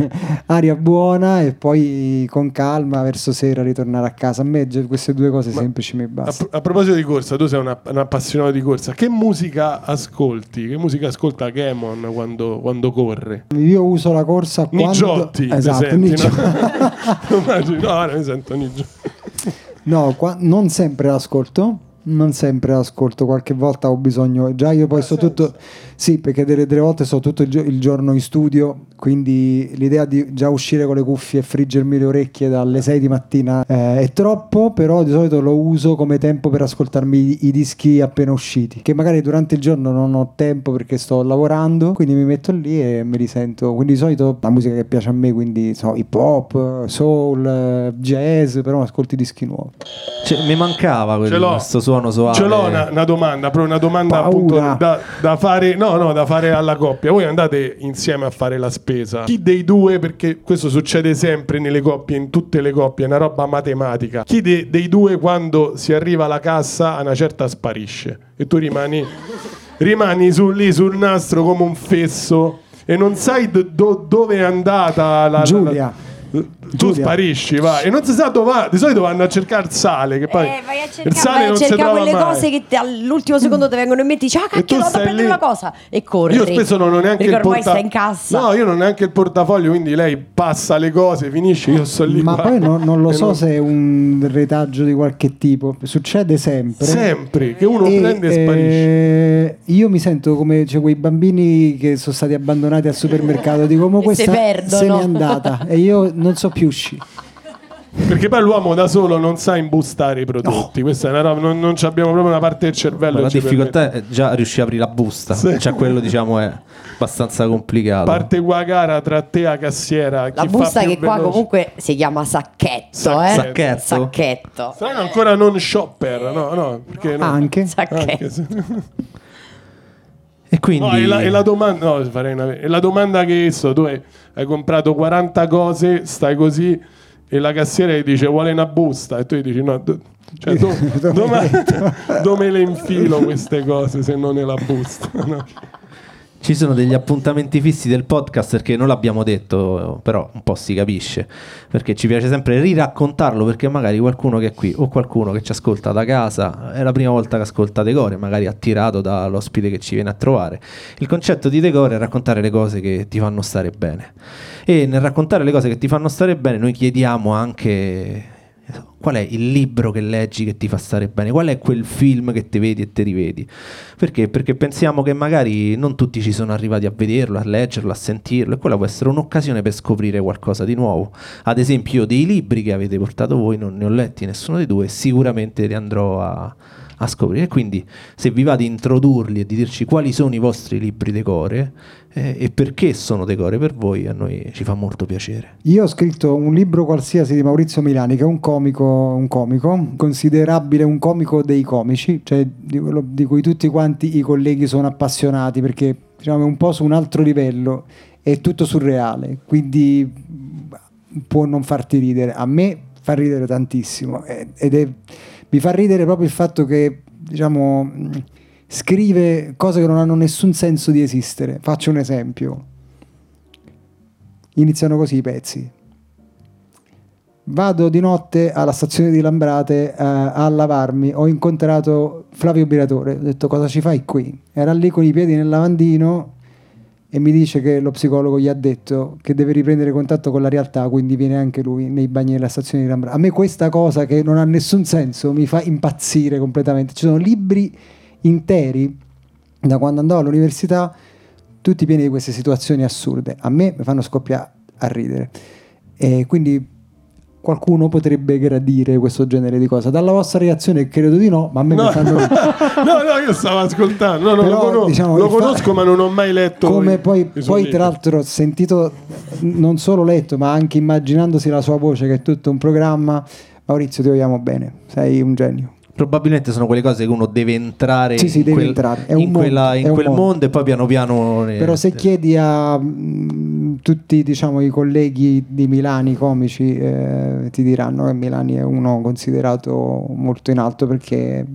aria buona e poi con calma verso sera ritornare a casa. A me queste due cose Ma semplici mi A, bastano. a proposito di corsa, tu sei una- un appassionato di corsa. Che musica ascolti? Che musica ascolta Gamon quando, quando corre? Io uso la corsa quando... Nigiotti, te esatto, senti, Nigio- no? Immagino, no, ora mi sento Nigiotti. No, qua- non sempre l'ascolto, non sempre l'ascolto, qualche volta ho bisogno, già io poi sto tutto, sì, perché delle, delle volte sto tutto il, gio- il giorno in studio, quindi l'idea di già uscire con le cuffie e friggermi le orecchie dalle sei di mattina eh, è troppo, però di solito lo uso come tempo per ascoltarmi i, i dischi appena usciti, che magari durante il giorno non ho tempo perché sto lavorando, quindi mi metto lì e me li sento, quindi di solito la musica che piace a me, quindi so, hip hop, soul, eh, jazz, però ascolto i dischi nuovi. Cioè, mi mancava quel, Ce l'ho. questo suono suave. Ce l'ho una, una domanda, proprio una domanda Paura. appunto da, da fare, no, no, da fare alla coppia. Voi andate insieme a fare la spesa. Chi dei due, perché questo succede sempre nelle coppie, in tutte le coppie, è una roba matematica. Chi de- dei due quando si arriva alla cassa a una certa sparisce e tu rimani rimani su, lì sul nastro come un fesso e non sai do- do- dove è andata la Giulia. la- tu Giulia. sparisci, va, e non si sa dove va. Di solito vanno a cercare il sale, che poi Eh, vai a cercare, il sale vai a non si cercare trova quelle mai. cose che te- all'ultimo secondo ti vengono in mente, dici, ah E tu cacchio, vado a stai prendere lì. una cosa e corri. Io spesso non ho neanche il Perché ormai porta- stai in cassa. No, io non ho neanche il portafoglio, quindi lei passa le cose, finisce, io sto lì. Ma qua. poi no- non lo E so se è un retaggio di qualche tipo, succede sempre. sempre che uno E, prende e sparisce. eh, io mi sento come cioè, quei bambini che sono stati abbandonati al supermercato, dico come E questa se perdono. se n'è andata e io non so più uscire. Perché poi l'uomo da solo non sa imbustare i prodotti. Questa è una roba, non, non ci abbiamo proprio una parte del cervello. Ma la che ci difficoltà è già riuscire a aprire la busta. Sì. Cioè, quello diciamo è abbastanza complicato. parte qua gara tra te e la cassiera. La chi fa busta più che qua veloce. comunque si chiama sacchetto, Sacchetto. eh? Sacchetto? Sacchetto. Saranno ancora non shopper, no, no, perché no. Anche Sacchetto. Anche se- E quindi No, e la, e la domanda, no, farei una, e la domanda che so, tu hai, hai comprato quaranta cose, stai così e la cassiera gli dice vuole una busta e tu gli dici no, do- cioè, do- dove, dove le infilo queste cose se non nella busta? No. ci sono degli appuntamenti fissi del podcast, perché non l'abbiamo detto, però un po' si capisce, perché ci piace sempre riraccontarlo, perché magari qualcuno che è qui o qualcuno che ci ascolta da casa è la prima volta che ascolta Decore, magari attirato dall'ospite che ci viene a trovare. Il concetto di Decore è raccontare le cose che ti fanno stare bene, e nel raccontare le cose che ti fanno stare bene noi chiediamo anche qual è il libro che leggi che ti fa stare bene, qual è quel film che ti vedi e ti rivedi. Perché? Perché pensiamo che magari non tutti ci sono arrivati a vederlo, a leggerlo, a sentirlo, e quella può essere un'occasione per scoprire qualcosa di nuovo. Ad esempio io dei libri che avete portato voi non ne ho letti nessuno dei due, sicuramente li andrò a, a scoprire. Quindi se vi va di introdurli e di dirci quali sono i vostri libri Decore eh, e perché sono Decore per voi, a noi ci fa molto piacere. io ho scritto un libro qualsiasi di Maurizio Milani, che è un comico, un comico considerabile un comico dei comici, cioè di, quello di cui tutti quanti i colleghi sono appassionati, perché diciamo è un po' su un altro livello, è tutto surreale, quindi può non farti ridere. A me fa ridere tantissimo, eh, ed è, mi fa ridere proprio il fatto che diciamo scrive cose che non hanno nessun senso di esistere. Faccio un esempio. Iniziano così i pezzi: vado di notte alla stazione di Lambrate eh, a lavarmi, ho incontrato Flavio Biratore, ho detto cosa ci fai qui? Era lì con i piedi nel lavandino e mi dice che lo psicologo gli ha detto che deve riprendere contatto con la realtà, quindi viene anche lui nei bagni della stazione di Lambrate. A me questa cosa che non ha nessun senso mi fa impazzire completamente. Ci sono libri interi da quando andavo all'università tutti pieni di queste situazioni assurde, a me mi fanno scoppiare a ridere, e quindi qualcuno potrebbe gradire questo genere di cosa. Dalla vostra reazione credo di no, ma a me no. mi fanno no no io stavo ascoltando, no, no, Però, lo, conosco, diciamo, lo fa... conosco ma non ho mai letto come i, poi, i poi libri. tra l'altro ho sentito, non solo letto ma anche immaginandosi la sua voce che è tutto un programma. Maurizio, ti vogliamo bene, sei un genio. Probabilmente sono quelle cose che uno deve entrare, sì, sì, in, deve quel, entrare. È in, un quella, mondo, in è quel un mondo. mondo E poi piano piano eh, però se chiedi a mh, tutti, diciamo, i colleghi di Milani comici, eh, ti diranno che Milani è uno considerato molto in alto perché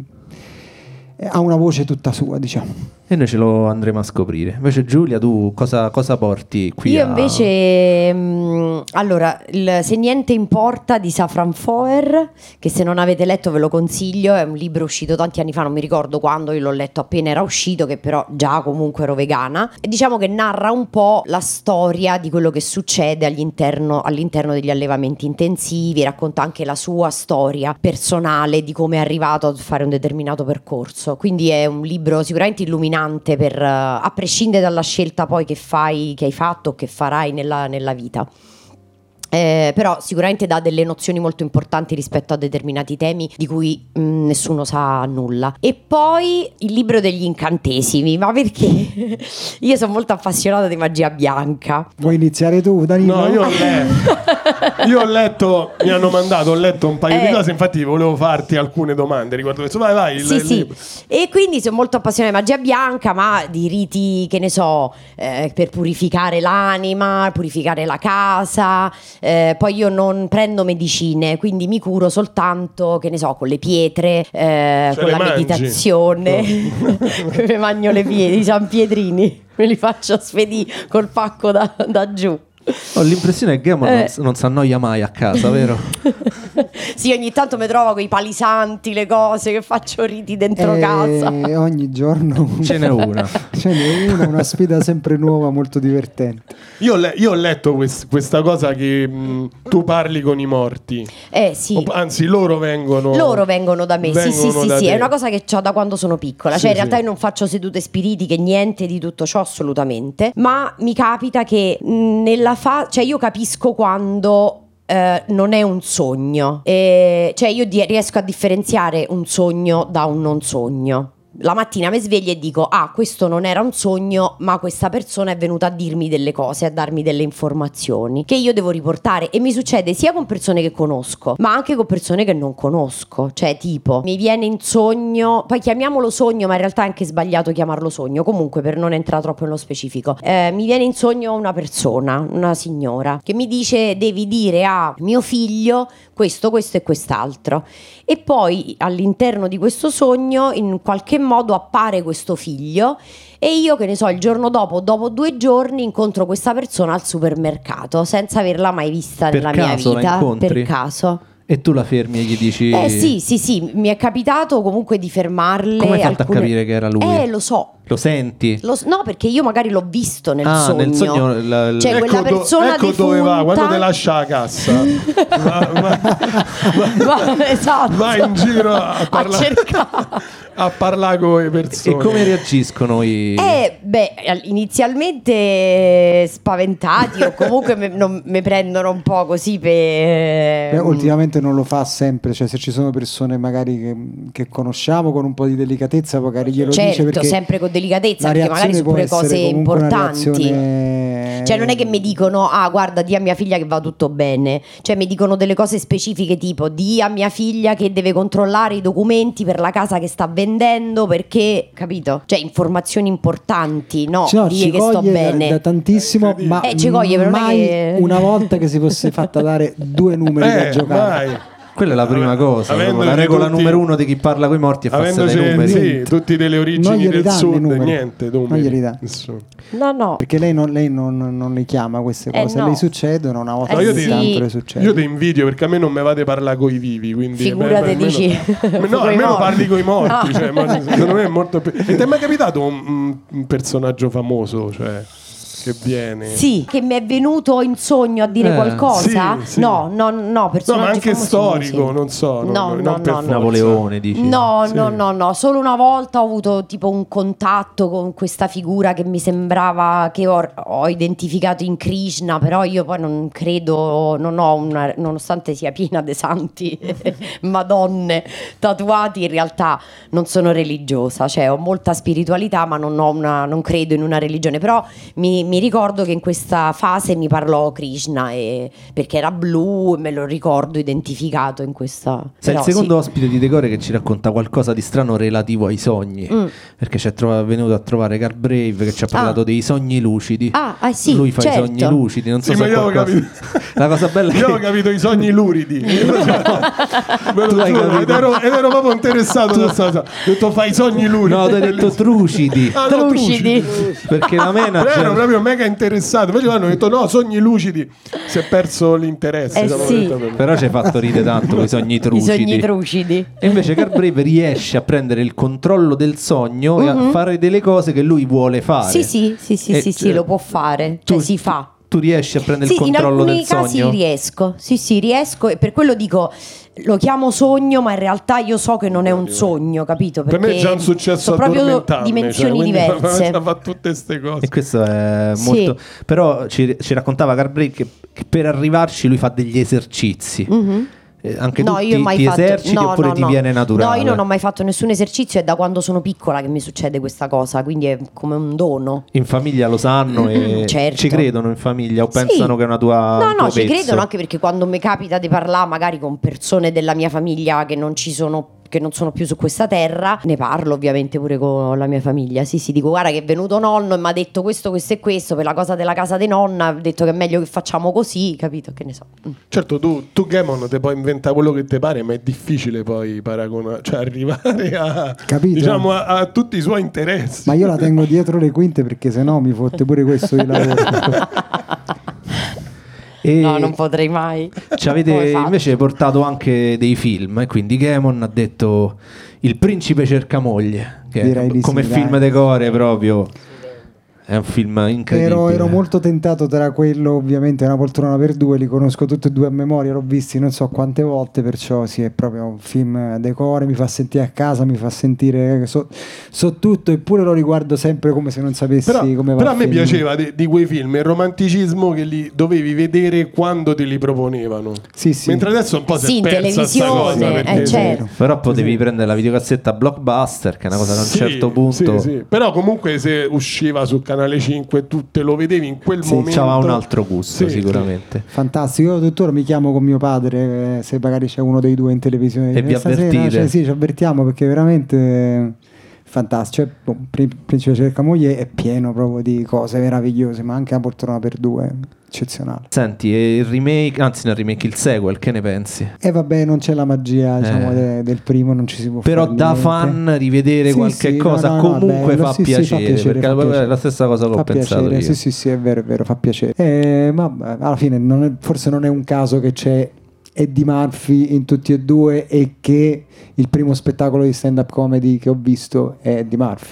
ha una voce tutta sua, diciamo. E noi ce lo andremo a scoprire. Invece Giulia, tu cosa, cosa porti qui? Io a... invece mh, allora il Se niente importa di Safran Foer, che se non avete letto ve lo consiglio, è un libro uscito tanti anni fa, non mi ricordo quando, io l'ho letto appena era uscito, che però già comunque ero vegana, e diciamo che narra un po' la storia di quello che succede all'interno, all'interno degli allevamenti intensivi, racconta anche la sua storia personale di come è arrivato a fare un determinato percorso, quindi è un libro sicuramente illuminante per, uh, a prescindere dalla scelta poi che fai, che hai fatto o che farai nella, nella vita. Eh, però sicuramente dà delle nozioni molto importanti rispetto a determinati temi di cui mh, nessuno sa nulla. E poi il libro degli incantesimi, ma perché io sono molto appassionata di magia bianca. Vuoi iniziare tu, Danilo? No, io ho letto, io ho letto, mi hanno mandato, ho letto un paio Eh. di cose, infatti volevo farti alcune domande riguardo questo. Vai, vai. il- Sì, il sì. libro. E quindi sono molto appassionata di magia bianca, ma di riti, che ne so, eh, per purificare l'anima, purificare la casa. Eh, poi io non prendo medicine, quindi mi curo soltanto, che ne so, con le pietre, eh, Cioè, con le la mangi? meditazione. Mi mangio le pietre, i San Pietrini, me li faccio spedì col pacco da, da giù. Ho l'impressione che Gamon Eh. non, s- non si annoia mai a casa, vero? Sì, ogni tanto mi trovo con i palisanti, le cose, che faccio riti dentro Eh, casa. ogni giorno Ce n'è una. ce n'è una, una sfida sempre nuova, molto divertente. Io, ho le- io ho letto quest- questa cosa che mh, tu parli con i morti. Eh sì. O- anzi, loro vengono. Loro vengono da me, sì, sì, vengono sì, da sì, te. è una cosa che ho da quando sono piccola, Sì, cioè in sì. realtà io non faccio sedute spiritiche, niente di tutto ciò assolutamente, ma mi capita che mh, nella fa- cioè io capisco quando eh, non è un sogno, e, cioè io di- riesco a differenziare un sogno da un non sogno. La mattina mi sveglio e dico: ah, questo non era un sogno, ma questa persona è venuta a dirmi delle cose, a darmi delle informazioni che io devo riportare. E mi succede sia con persone che conosco, ma anche con persone che non conosco. Cioè, tipo, mi viene in sogno, poi chiamiamolo sogno, ma in realtà è anche sbagliato chiamarlo sogno, comunque, per non entrare troppo nello specifico. eh, mi viene in sogno una persona, una signora, che mi dice: devi dire a mio figlio questo, questo e quest'altro. E poi all'interno di questo sogno in qualche modo appare questo figlio, e io, che ne so, il giorno dopo, dopo due giorni, incontro questa persona al supermercato senza averla mai vista Per nella caso mia la vita. incontri? Per caso. E tu la fermi e gli dici... Eh sì, sì, sì, mi è capitato comunque di fermarle. Come hai fatto alcune- a capire che era lui? Eh, lo so. Lo senti? Lo s- no, perché io magari l'ho visto nel Ah, sogno. nel sogno la- la- Cioè, Ecco, quella do- persona ecco dove va, defunta- quando ti lascia la cassa. va, va- Va- esatto. va in giro a parlare, cercare. a parlare con le persone. E come reagiscono i... Eh, beh, al- inizialmente spaventati o comunque me, non- me prendono un po' così per... Beh, ultimamente non lo fa sempre, cioè se ci sono persone magari che, che conosciamo con un po' di delicatezza magari glielo dice, Certo, perché sempre con delicatezza, la perché magari reazione su può pure essere cose comunque una importanti. reazione- Cioè non è che mi dicono: ah, guarda, di a mia figlia che va tutto bene. Cioè mi dicono delle cose specifiche, tipo: di a mia figlia che deve controllare i documenti per la casa che sta vendendo, perché, capito? Cioè informazioni importanti, no? Cioè, no, dire ci che sto coglie da, bene. da tantissimo, ma Eh, ci coglie, però non è mai che- una volta che si fosse fatta dare due numeri da Eh, giocare. vai. Quella è la prima cosa. Avendoci proprio. La regola tutti- numero uno di chi parla con i morti è farsi dei Avendoci numeri. sì, tutti delle Non origini glieli del danno i sud, numeri. niente, Non numeri, glieli dà. nessuno. No, no. Perché lei non, lei non, non le chiama queste Eh, cose, no. le succedono una volta Eh, No, io ogni ti- tanto le Io succede. ti invidio perché a me non mi va di parlare con i vivi, quindi Figurate, beh, beh, almeno- dici. no, Coi almeno morti. parli con i morti, Ah. cioè, ma secondo me è molto più. E ti è mai capitato un, un personaggio famoso, cioè che viene. Sì, che mi è venuto in sogno a dire Eh, qualcosa. sì, sì. No, no, no, No, personaggi ma anche famosi storico, sì. non so. No, non, no, non per no, forza. Napoleone, dici? No, Sì. no, no, no, solo una volta ho avuto tipo un contatto con questa figura che mi sembrava che ho, ho identificato in Krishna, però io poi non credo, non ho una, nonostante sia piena di santi madonne tatuati, in realtà non sono religiosa, cioè ho molta spiritualità ma non, ho una, non credo in una religione, però mi, mi ricordo che in questa fase mi parlò Krishna e, perché era blu e me lo ricordo identificato in questa... Sei però il secondo sì. ospite di Decore che ci racconta qualcosa di strano relativo ai sogni. Mm. Perché ci è trova- venuto a trovare Carl Brave che ci ha parlato Ah. dei sogni lucidi. Ah, ah, sì, Lui fa certo. i sogni lucidi, non so Sì, se ma io ho qualcosa... capito. La cosa bella è Io che ho capito i sogni luridi. Ve lo Tu hai giuro, capito. ed, ero, ed ero proprio interessato da questa cosa. Ho detto fai i sogni luridi. No, tu hai detto trucidi. Ah, no, Trucidi. Perché la Però ero manager proprio mega interessato. Invece hanno detto no, sogni lucidi. Si è perso l'interesse. Eh L'avevo sì. detto proprio. però ci hai fatto ridere tanto con i sogni I trucidi. sogni trucidi. E invece Carl Brave riesce a prendere il controllo del sogno e a fare delle cose che lui vuole fare. Sì, sì, sì, sì, E sì, sì, cioè, lo può fare, tu- cioè si fa. Tu riesci a prendere Sì, il in controllo alcuni del casi sogno? riesco, sì, sì, riesco e per quello dico lo chiamo sogno, ma in realtà io so che non è un sogno, capito? Per Perché me è già un successo sono proprio addormentarmi, dimensioni cioè, quindi diverse. fa tutte queste cose. E questo è Sì. molto. Però ci, ci raccontava Carl Brave che, che per arrivarci lui fa degli esercizi. Mhm. Eh, anche No, tu io ti, mai ti fatto... eserciti no, oppure no, ti no. viene naturale? No, io non ho mai fatto nessun esercizio, è da quando sono piccola che mi succede questa cosa, quindi è come un dono. In famiglia lo sanno e Certo. ci credono in famiglia o Sì. pensano che è una tua. No, un tuo no, ci pezzo? credono anche perché quando mi capita di parlare magari con persone della mia famiglia che non ci sono, che non sono più su questa terra, ne parlo ovviamente pure con la mia famiglia. Sì, sì, dico guarda che è venuto nonno e mi ha detto questo, questo e questo per la cosa della casa di nonna, ha detto che è meglio che facciamo così, capito? Che ne so. Mm. Certo, tu, tu Gamon te puoi inventare quello che ti pare, ma è difficile poi paragonare, cioè arrivare a, Capito? diciamo, a, a tutti i suoi interessi. Ma io la tengo dietro le quinte perché sennò mi fotte pure questo di lavoro. E No, non potrei mai. ci avete Come faccio? invece portato anche dei film e quindi Gamon ha detto Il principe cerca moglie, che Direi è di come sì, film dai. decore proprio. È un film incredibile. Ero, ero molto tentato tra quello, ovviamente, Una poltrona per due, li conosco tutti e due a memoria, l'ho visti non so quante volte, perciò sì, è proprio un film decore, mi fa sentire a casa, mi fa sentire so, so tutto, eppure lo riguardo sempre come se non sapessi Però, come va però a a me finire. piaceva di, di quei film il romanticismo che li dovevi vedere quando te li proponevano. Sì, sì. Mentre adesso un po' si Sì, è in persa sta cosa, televisione, perché- eh, certo. Però potevi prendere la videocassetta Blockbuster, che è una cosa che a un Sì, certo punto sì, sì. Però comunque se usciva su Canale cinque tu te lo vedevi in quel Sì, momento. c'aveva un altro gusto Sì, sicuramente. Fantastico, io tuttora mi chiamo con mio padre, eh, se magari c'è uno dei due in televisione. E vi Stasera, avvertite? cioè, sì, ci avvertiamo perché veramente eh, fantastico. Cioè, boh, Pri- Principe cerca moglie è pieno proprio di cose meravigliose, ma anche Una poltrona per due, eccezionale. Senti, e il remake, anzi non il remake, il sequel, che ne pensi? E vabbè, non c'è la magia, diciamo, Eh. de- del primo, non ci si può Però fare da niente. fan rivedere Sì, qualche sì, no, cosa no, no, comunque bello, fa, sì, sì, piacere, fa piacere, perché fa vabbè, è piacere. la stessa cosa che ho Fa pensato piacere, io. sì, sì, sì, è vero, è vero, fa piacere. Eh, ma beh, alla fine non è- forse non è un caso che c'è Eddie Murphy in tutti e due e che il primo spettacolo di stand-up comedy che ho visto è Eddie Murphy.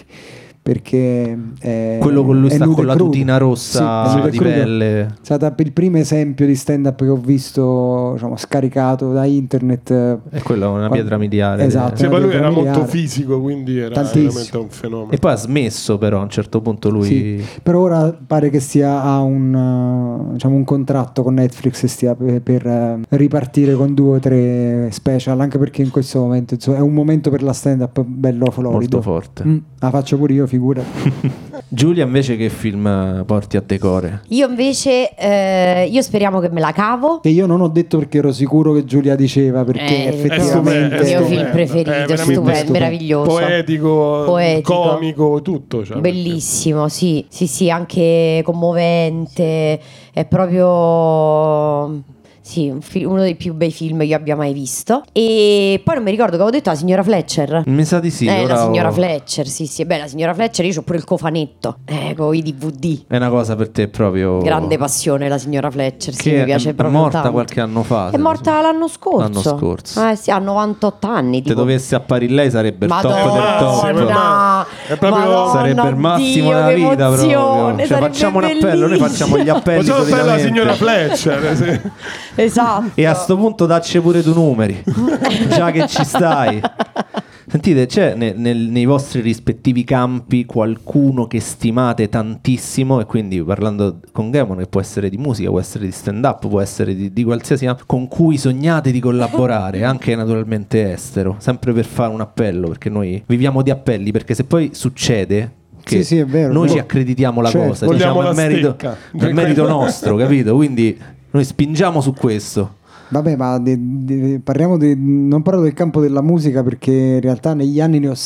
Perché è, Quello con lui è sta nudo con e la crudo. tutina rossa Sì, è nudo e di crudo. pelle. È stato il primo esempio di stand-up che ho visto, diciamo, scaricato da internet. E quello è una Quando- pietra miliare. Esatto. Sì, poi lui era molto Miliare. fisico, quindi era Tantissimo. veramente un fenomeno. E poi ha smesso però a un certo punto lui... Sì, però ora pare che stia a un, uh, diciamo, un contratto con Netflix e stia per, per, uh, ripartire con due o tre special, anche perché in questo momento insomma, è un momento per la stand-up bello florido. Molto forte. Mm, la faccio pure io, figura. Giulia invece che film porti a decore? Io invece, eh, io speriamo che me la cavo. Che io non ho detto perché ero sicuro che Giulia diceva, perché Eh, effettivamente è il mio film stupendo, preferito, è veramente stupendo, stupendo. meraviglioso. Poetico, Poetico. comico, tutto. Cioè, Bellissimo, sì, sì, sì, anche commovente, è proprio... Sì, un fi- uno dei più bei film che abbia mai visto. E poi non mi ricordo che avevo detto la signora Fletcher. Mi sa di sì. Eh, ora la signora ho- Fletcher, sì, sì. Beh, la signora Fletcher, io ho pure il cofanetto. Eh, con i D V D. È una cosa per te proprio. Grande passione la signora Fletcher, sì, Che mi piace è, è proprio morta tanto. qualche anno fa. È se- morta l'anno scorso. L'anno scorso. Eh sì, ha novantotto anni. Se Tipo. dovesse apparire lei sarebbe il top del Madonna, top. ma- è proprio- Madonna, Sarebbe il massimo Dio, della che vita emozione, proprio. Cioè, sarebbe facciamo un appello, noi bellissimo. facciamo gli appelli Facciamo appello alla solitamente. signora Fletcher. Sì. Esatto. E a sto punto dacci pure tu numeri. Già che ci stai. Sentite, c'è ne- nel- nei vostri rispettivi campi qualcuno che stimate tantissimo, e quindi parlando con Gamon, che può essere di musica, può essere di stand up, può essere di, di qualsiasi, con cui sognate di collaborare, anche naturalmente estero, sempre per fare un appello, perché noi viviamo di appelli, perché se poi succede che Sì, sì, è vero, noi vero. ci accreditiamo la Certo. cosa, Vogliamo diciamo è la merito, stecca. è merito nostro, capito? Quindi noi spingiamo su questo. Vabbè, ma di- di- parliamo di, non parlo del campo della musica, perché in realtà negli anni ne ho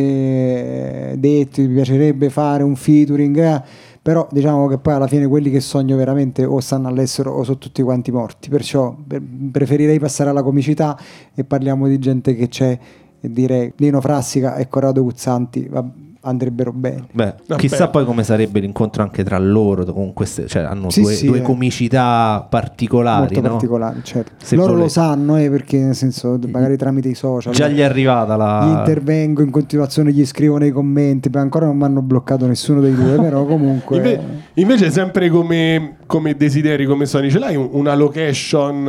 sempre detto, mi piacerebbe fare un featuring, eh, però diciamo che poi alla fine quelli che sogno veramente o stanno all'estero o sono tutti quanti morti, perciò per- preferirei passare alla comicità e parliamo di gente che c'è, e direi Lino Frassica e Corrado Guzzanti va- andrebbero bene. Beh, Vabbè. chissà poi come sarebbe l'incontro anche tra loro, con queste, cioè hanno Sì, due, sì, due eh. comicità particolari, Molto no? particolari, certo. Se Loro volete. lo sanno, eh, perché nel senso magari tramite i social Già gli è arrivata gli la... intervengo in continuazione, gli scrivo nei commenti, poi ancora non mi hanno bloccato nessuno dei due, però comunque Inve- invece, sempre come, come desideri, come sogni, ce l'hai un- una location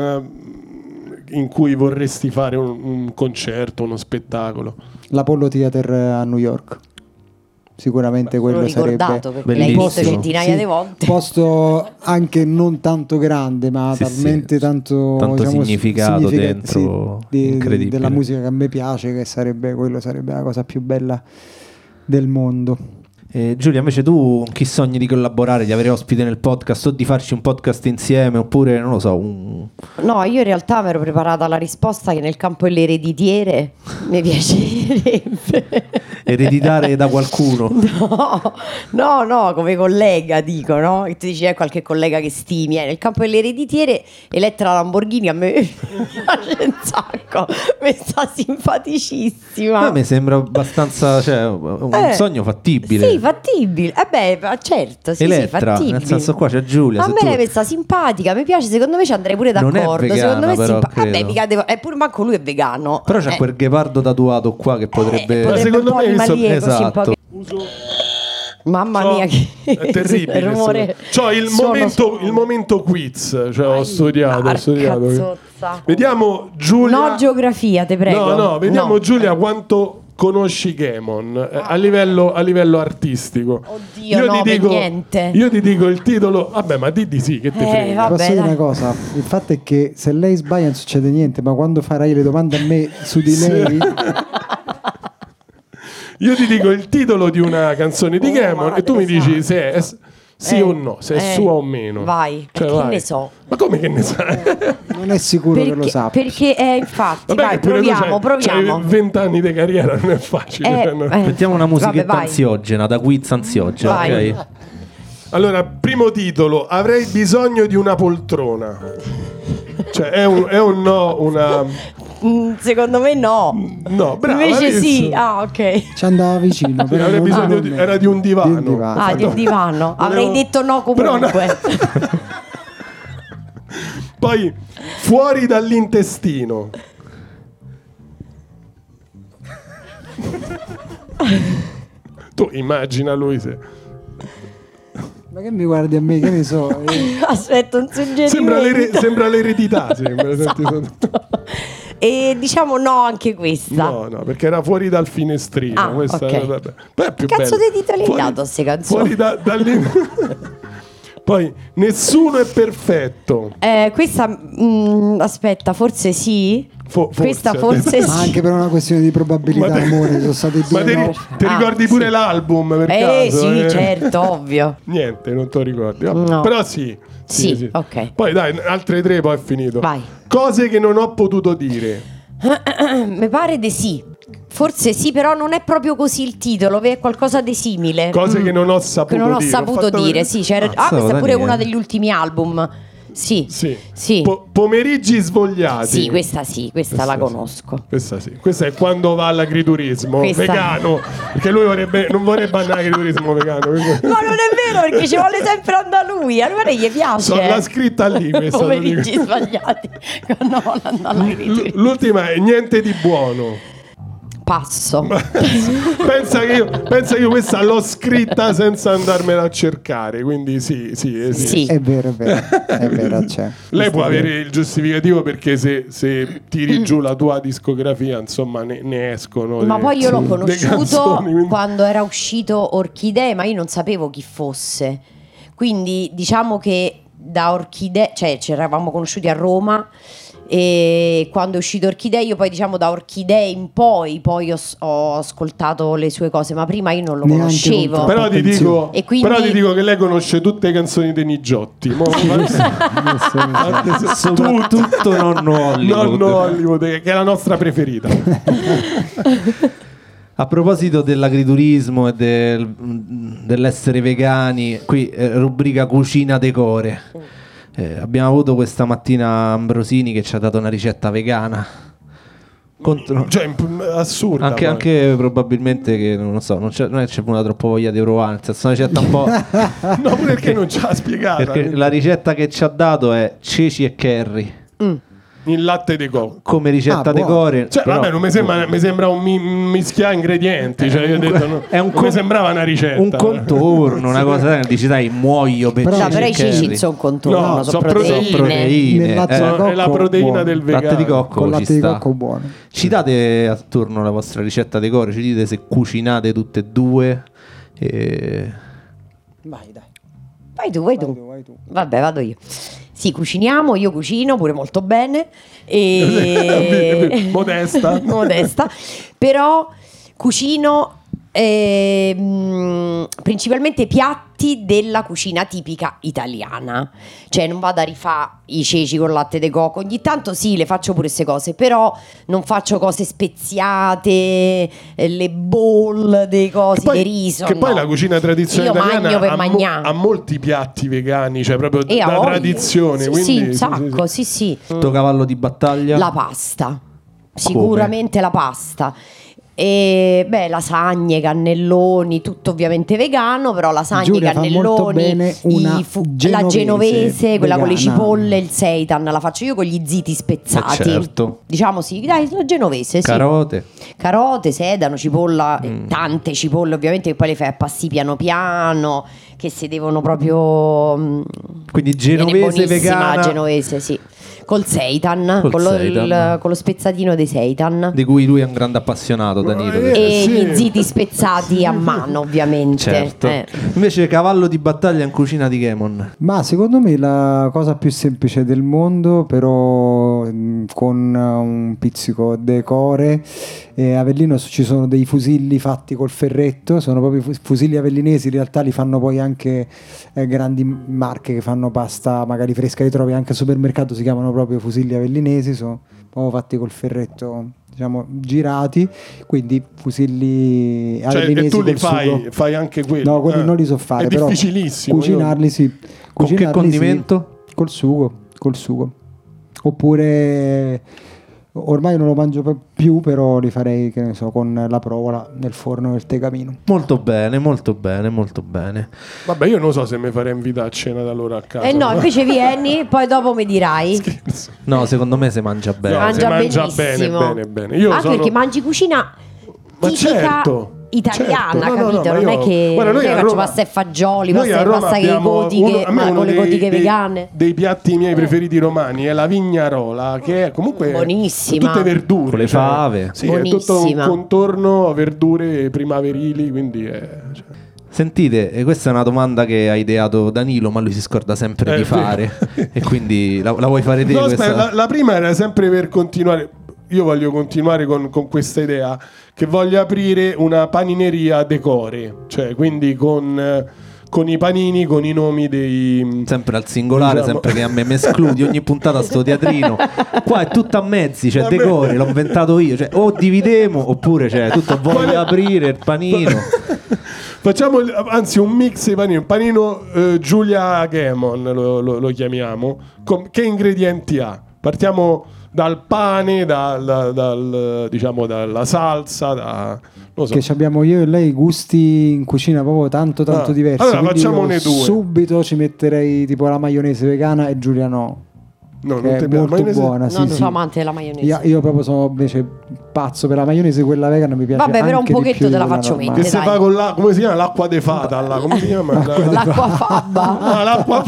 eh, in cui vorresti fare un, un concerto, uno spettacolo? l'Apollo Theater a New York. Sicuramente L'ho quello ricordato sarebbe perché l'hai Bellissimo. visto centinaia sì, di volte. posto anche non tanto grande, ma Sì, talmente sì. tanto, Tanto diciamo, significato significa- dentro, sì, di- incredibile. della musica che a me piace, che sarebbe quello sarebbe la cosa più bella del mondo. Eh, Giulia, invece tu chi sogni di collaborare, di avere ospite nel podcast o di farci un podcast insieme, oppure non lo so, un... No, io in realtà mi ero preparata la risposta che nel campo delle ereditiere mi piacerebbe. ereditare da qualcuno? No, no, no, come collega dico, no? Che tu dici è qualche collega che stimi, eh. Nel campo delle ereditiere Elettra Lamborghini a me piace un sacco, mi sta simpaticissima. A me sembra abbastanza, cioè, un Eh, sogno fattibile. Sì, fattibile. Eh beh, ma certo, sì, Elettra, sì, fattibile. nel senso qua c'è Giulia. A se me tu- lei mi sta simpatica, mi piace, secondo me ci andrei pure Non è d'accordo. vegana, secondo me è però, simpa- credo. Vabbè, mica devo... Eppure manco lui è vegano. Però c'è Eh, quel ghepardo tatuato qua che potrebbe... eh, potrebbe secondo un po' me questo- animalier, così un po' esatto. che- Uso... Mamma C'ho- mia, che è terribile. il rumore. C'ho il Suono momento, suono. il momento quiz. Cioè, ho studiato, ho Porca studiato. zozza. Vediamo Giulia. No, geografia, te prego. No, no, vediamo No. Giulia quanto conosci Gamon eh, a, livello, a livello artistico. Oddio, no, per niente. Io ti dico il titolo. Vabbè, ma di di sì, che te Eh, frega. Vabbè, Posso dire dai. una cosa? Il fatto è che se lei sbaglia non succede niente, ma quando farai le domande a me su di Sì. lei, Io ti dico il titolo di una canzone di Oh, Gamon e tu mi madre dici santa. se è s- sì Eh, o no, se è eh, sua o meno. vai, Cioè, che vai. ne so. Ma come che ne sai? non è sicuro che lo Perché, sappia. perché eh, infatti, Vabbè, vai, che pure tu proviamo, c'hai- proviamo. c'hai vent'anni di carriera, non è facile. Eh, cioè, no. eh. Mettiamo una musichetta Vabbè, vai. ansiogena, da quiz ansiogena, Vai. ok? Allora, primo titolo, avrei bisogno di una poltrona. Cioè, è un, è un no, una... Mm, secondo me no. No, brava. Invece hai sì. visto? Ah, ok. Ci andava vicino, però Avrei non- bisogno non- di- era di un divano. Di un divano. Ah, di un divano. Avrei Volevo- detto no Però no. comunque. Poi, fuori dall'intestino. Tu immagina lui se... Ma che mi guardi a me, che ne so? eh, Aspetta, un suggerimento. Sembra, l'ere- sembra l'eredità. Sembra, senti, Esatto. E diciamo no anche questa. No, no, perché era fuori dal finestrino. Ah, Questa, ok. vabbè. Poi è più Che cazzo bello. di titoli hai Fuori- dato a ste canzoni? Fuori da, dall'in- Poi, nessuno è perfetto. Eh, questa, mm, aspetta, forse sì. Fo- forse, Questa ha forse detto. Ma sì. anche per una questione di probabilità, Ma te- amore, sono stati Ma due ti, no. ti Ah, ricordi pure sì. l'album per Eh caso? sì, eh? certo, ovvio. Niente, non te lo ricordi. Vabbè. No. Però sì. Sì, ok. Poi dai, altre tre, poi è finito. Vai. Cose che non ho potuto dire. Mi pare di sì. Forse sì, però non è proprio così il titolo, è qualcosa di simile. Cose Mm. che non ho saputo Che non ho dire. saputo fatto dire, vedere- sì, c'era... Ah, Ah, questa è pure Daniele. una degli ultimi album. Sì, Sì. sì. Po- pomeriggi svogliati. Sì, questa sì, questa, Questa la sì. conosco. Questa sì. Questa è quando va all'agriturismo Questa- vegano. Perché lui vorrebbe, non vorrebbe andare all'agriturismo vegano. quindi- Ma non è vero, perché ci vuole sempre andare lui. Allora gli piace. So- l'ha scritta lì questa. lo dico. Pomeriggi sbagliati quando vuole andare L- all'agriturismo. L'ultima è niente di buono. Passo. pensa, che io, pensa che io questa l'ho scritta senza andarmela a cercare. Quindi sì, sì, esiste. Sì. È vero, è vero, è vero, c'è. Lei può Questo è avere vero. il giustificativo perché se, se tiri giù la tua discografia, insomma, ne, ne escono. Ma le- poi io l'ho le conosciuto canzoni, quindi- quando era uscito Orchidee, ma io non sapevo chi fosse. Quindi diciamo che da Orchidee, cioè ci eravamo conosciuti a Roma, e quando è uscito Orchidee, io poi diciamo da Orchidee in poi poi ho, ho ascoltato le sue cose, ma prima io non lo Neanche conoscevo. con Però ti, dico, E quindi- però ti dico che lei conosce tutte le canzoni dei Nigiotti. Mo- Soprattutto nonno Hollywood. Nonno Hollywood, che è la nostra preferita. A proposito dell'agriturismo e del- dell'essere vegani, qui eh, rubrica cucina decore. Eh, abbiamo avuto questa mattina Ambrosini che ci ha dato una ricetta vegana. Contro- Cioè, imp- assurda. anche, poi. anche probabilmente che non lo so, non, c'è, non è che c'è venuta troppo voglia di provare, nel senso, una ricetta un po'. No, pure perché non ci ha spiegata. Perché la ricetta che ci ha dato è ceci e curry Il latte di cocco. come ricetta Ah, buono. decore. Cioè, però- vabbè, non mi sembra, mi sembra un mi- mischiare ingredienti. Cioè, io ho detto, no, è un non con- mi sembrava una ricetta. un contorno, una cosa, dici dai, muoio per Però- No, ceci però e i ceci curry. non sono contorno, No, sono sono proteine. Sono proteine. Nel latte eh. di Sono- è la cocco, proteina buono. del vegano. Latte di cocco Con ci latte di sta. cocco buono. Ci date attorno la vostra ricetta decore, ci dite se cucinate tutte e due. E... Vai, dai. Vai tu, vai tu. Vai tu, vai tu. Vabbè, vado io. Sì, cuciniamo, io cucino pure molto bene. E... Modesta. Modesta. Però cucino ehm, principalmente piatti della cucina tipica italiana. Cioè non vado a rifare i ceci con latte di cocco. Ogni tanto sì, le faccio pure queste cose, però non faccio cose speziate, eh, le bowl dei cosi, Che poi, di riso. che poi no. la cucina tradizionale Io italiana magno per ha, mo- magnà. ha molti piatti vegani, cioè proprio E a da voglia. tradizione. Sì, quindi, sì, un sì, sacco, sì, sì, sì. Tuo cavallo di battaglia? La pasta. Sicuramente la pasta. E beh, lasagne, cannelloni, tutto ovviamente vegano, però lasagne, Giulia fa molto cannelloni, bene una i fu- la genovese genovese, quella con le vegana. cipolle, il seitan, la faccio io con gli ziti spezzati. Eh, certo. Diciamo sì, dai, la genovese, sì. Carote. Carote, sedano, cipolla, Mm. eh, tante cipolle ovviamente che poi le fai a passi piano piano, che si devono proprio... mm, Quindi viene genovese buonissima la vegana genovese, sì. Col seitan, Col con, lo, seitan. il- con lo spezzatino dei seitan. di cui lui è un grande appassionato, Danilo. Eh, E sì. gli ziti spezzati a mano, ovviamente. Certo. Eh. Invece cavallo di battaglia in cucina di Gemon. Ma secondo me la cosa più semplice del mondo, però mh, con uh, un pizzico decore. Eh, a Avellino ci sono dei fusilli fatti col ferretto, sono proprio fu- fusilli avellinesi, in realtà li fanno poi anche eh, grandi marche che fanno pasta magari fresca, li trovi anche al supermercato, si chiamano proprio fusilli avellinesi, sono proprio fatti col ferretto, diciamo girati, quindi fusilli Cioè, avellinesi e tu li col fai, sugo. fai anche quello. No, quelli eh. non li so fare, È però difficilissimo. io- cucinarli sì. Con che Cucinarli, condimento? sì. Col sugo, col sugo. Oppure ormai non lo mangio pe- più, però li farei, che ne so, con la provola nel forno del tegamino. Molto bene, molto bene, molto bene. Vabbè, io non so se mi farei invitare a cena da loro a casa. Eh no, invece vieni, poi dopo mi dirai. Scherzo. No, secondo me si mangia bene. No, mangia si mangia benissimo. bene, bene, bene. Io Anche sono- perché mangi cucina Ma tipica certo, italiana, certo. No, no, no, capito? ma non io- è che guarda, noi noi a faccio Roma- pasta e fagioli, Noi pasta, a Roma pasta che abbiamo gotiche, uno- a me ma uno con le dei- gotiche dei- vegane. dei piatti miei preferiti romani è la vignarola, che è comunque Buonissima. tutte verdure, Con le cioè, fave. sì, è tutto un Buonissima. contorno verdure primaverili, quindi è, cioè, Sentite, e questa è una domanda che ha ideato Danilo, ma lui si scorda sempre Eh, di è vero. fare. E quindi la, la vuoi fare te No, questa? aspetta, la, la prima era sempre per continuare. Io voglio continuare con, con questa idea che voglio aprire una panineria decore, cioè quindi con, eh, con i panini, con i nomi dei... Sempre al singolare, Diciamo- sempre che a me mi escludi ogni puntata sto teatrino. Qua è tutto a mezzi, cioè Vabbè. decore, l'ho inventato io, cioè o dividemo oppure cioè tutto voglio aprire il panino. Facciamo il- anzi un mix di panino, panino eh, Giulia Gamon lo, lo- lo chiamiamo. Com- che ingredienti ha? Partiamo dal pane, dal, dal, diciamo dalla salsa, da, non so. Che abbiamo io e lei gusti in cucina proprio tanto tanto Ah, diversi. allora quindi facciamone io due. subito ci metterei tipo la maionese vegana e Giulia no. No, Che non è ti piace? molto Maionese? buona. Non Sì, sono sì. amante della maionese. Io, io proprio sono invece pazzo per la maionese, quella vegana mi piace. Vabbè, però anche un di pochetto più di te la quella faccio normale. Che mettere. si dai. fa con la, come si chiama? L'acqua de fata, là, come si chiama? La- L'acqua fabba. Ah, l'acqua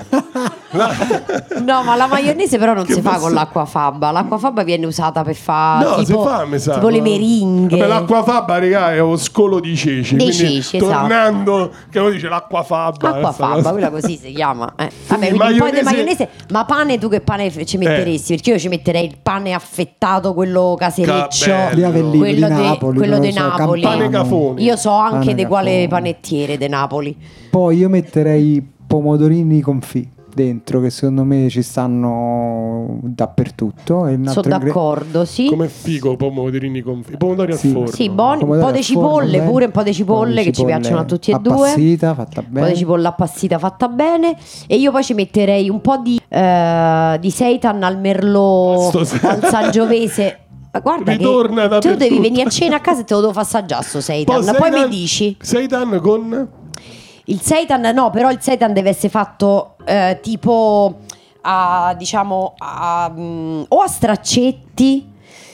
la- No, ma la maionese però non Che si fa posso- con l'acqua fabba. L'acqua fabba viene usata per fare No, tipo, si fa, mi sa. tipo le meringhe. Vabbè, l'acqua fabba, raga, è uno scolo di ceci. Dei quindi, ceci, esatto. tornando, che uno dice l'acqua fabba. Acqua questa fabba, cosa. quella così si chiama. Eh. Vabbè, Quindi quindi un po' di maionese- maionese. Ma pane tu che pane f- ci metteresti? Perché io ci metterei il pane affettato, quello casereccio. Che Di Avellino, di quello de- Napoli, quello non di lo so, Napoli. Campano. Pane Cafoni. Io so anche Pane di quale Cafoni. panettiere di Napoli. Poi io metterei pomodorini confit dentro, che secondo me ci stanno dappertutto. E un Sono altro ingre- d'accordo, sì. Come figo, pomodorini con i pomodori al Sì. forno. Sì, buoni, un Pomodori po' di al forno, cipolle bene. pure, un po' di cipolle che ci cipolle piacciono a tutti e due. appassita, fatta Un po' bene. di cipolla appassita fatta bene. E io poi ci metterei un po' di, eh, di seitan al merlot Sto o se- al sangiovese. Ma guarda Ritorna che tu dappertutto. devi venire a cena a casa e te lo devo fare assaggiare sto seitan. Poi, seitan- mi dici Seitan con... il seitan no, però il seitan deve essere fatto eh, tipo a, diciamo a, mm, o a straccetti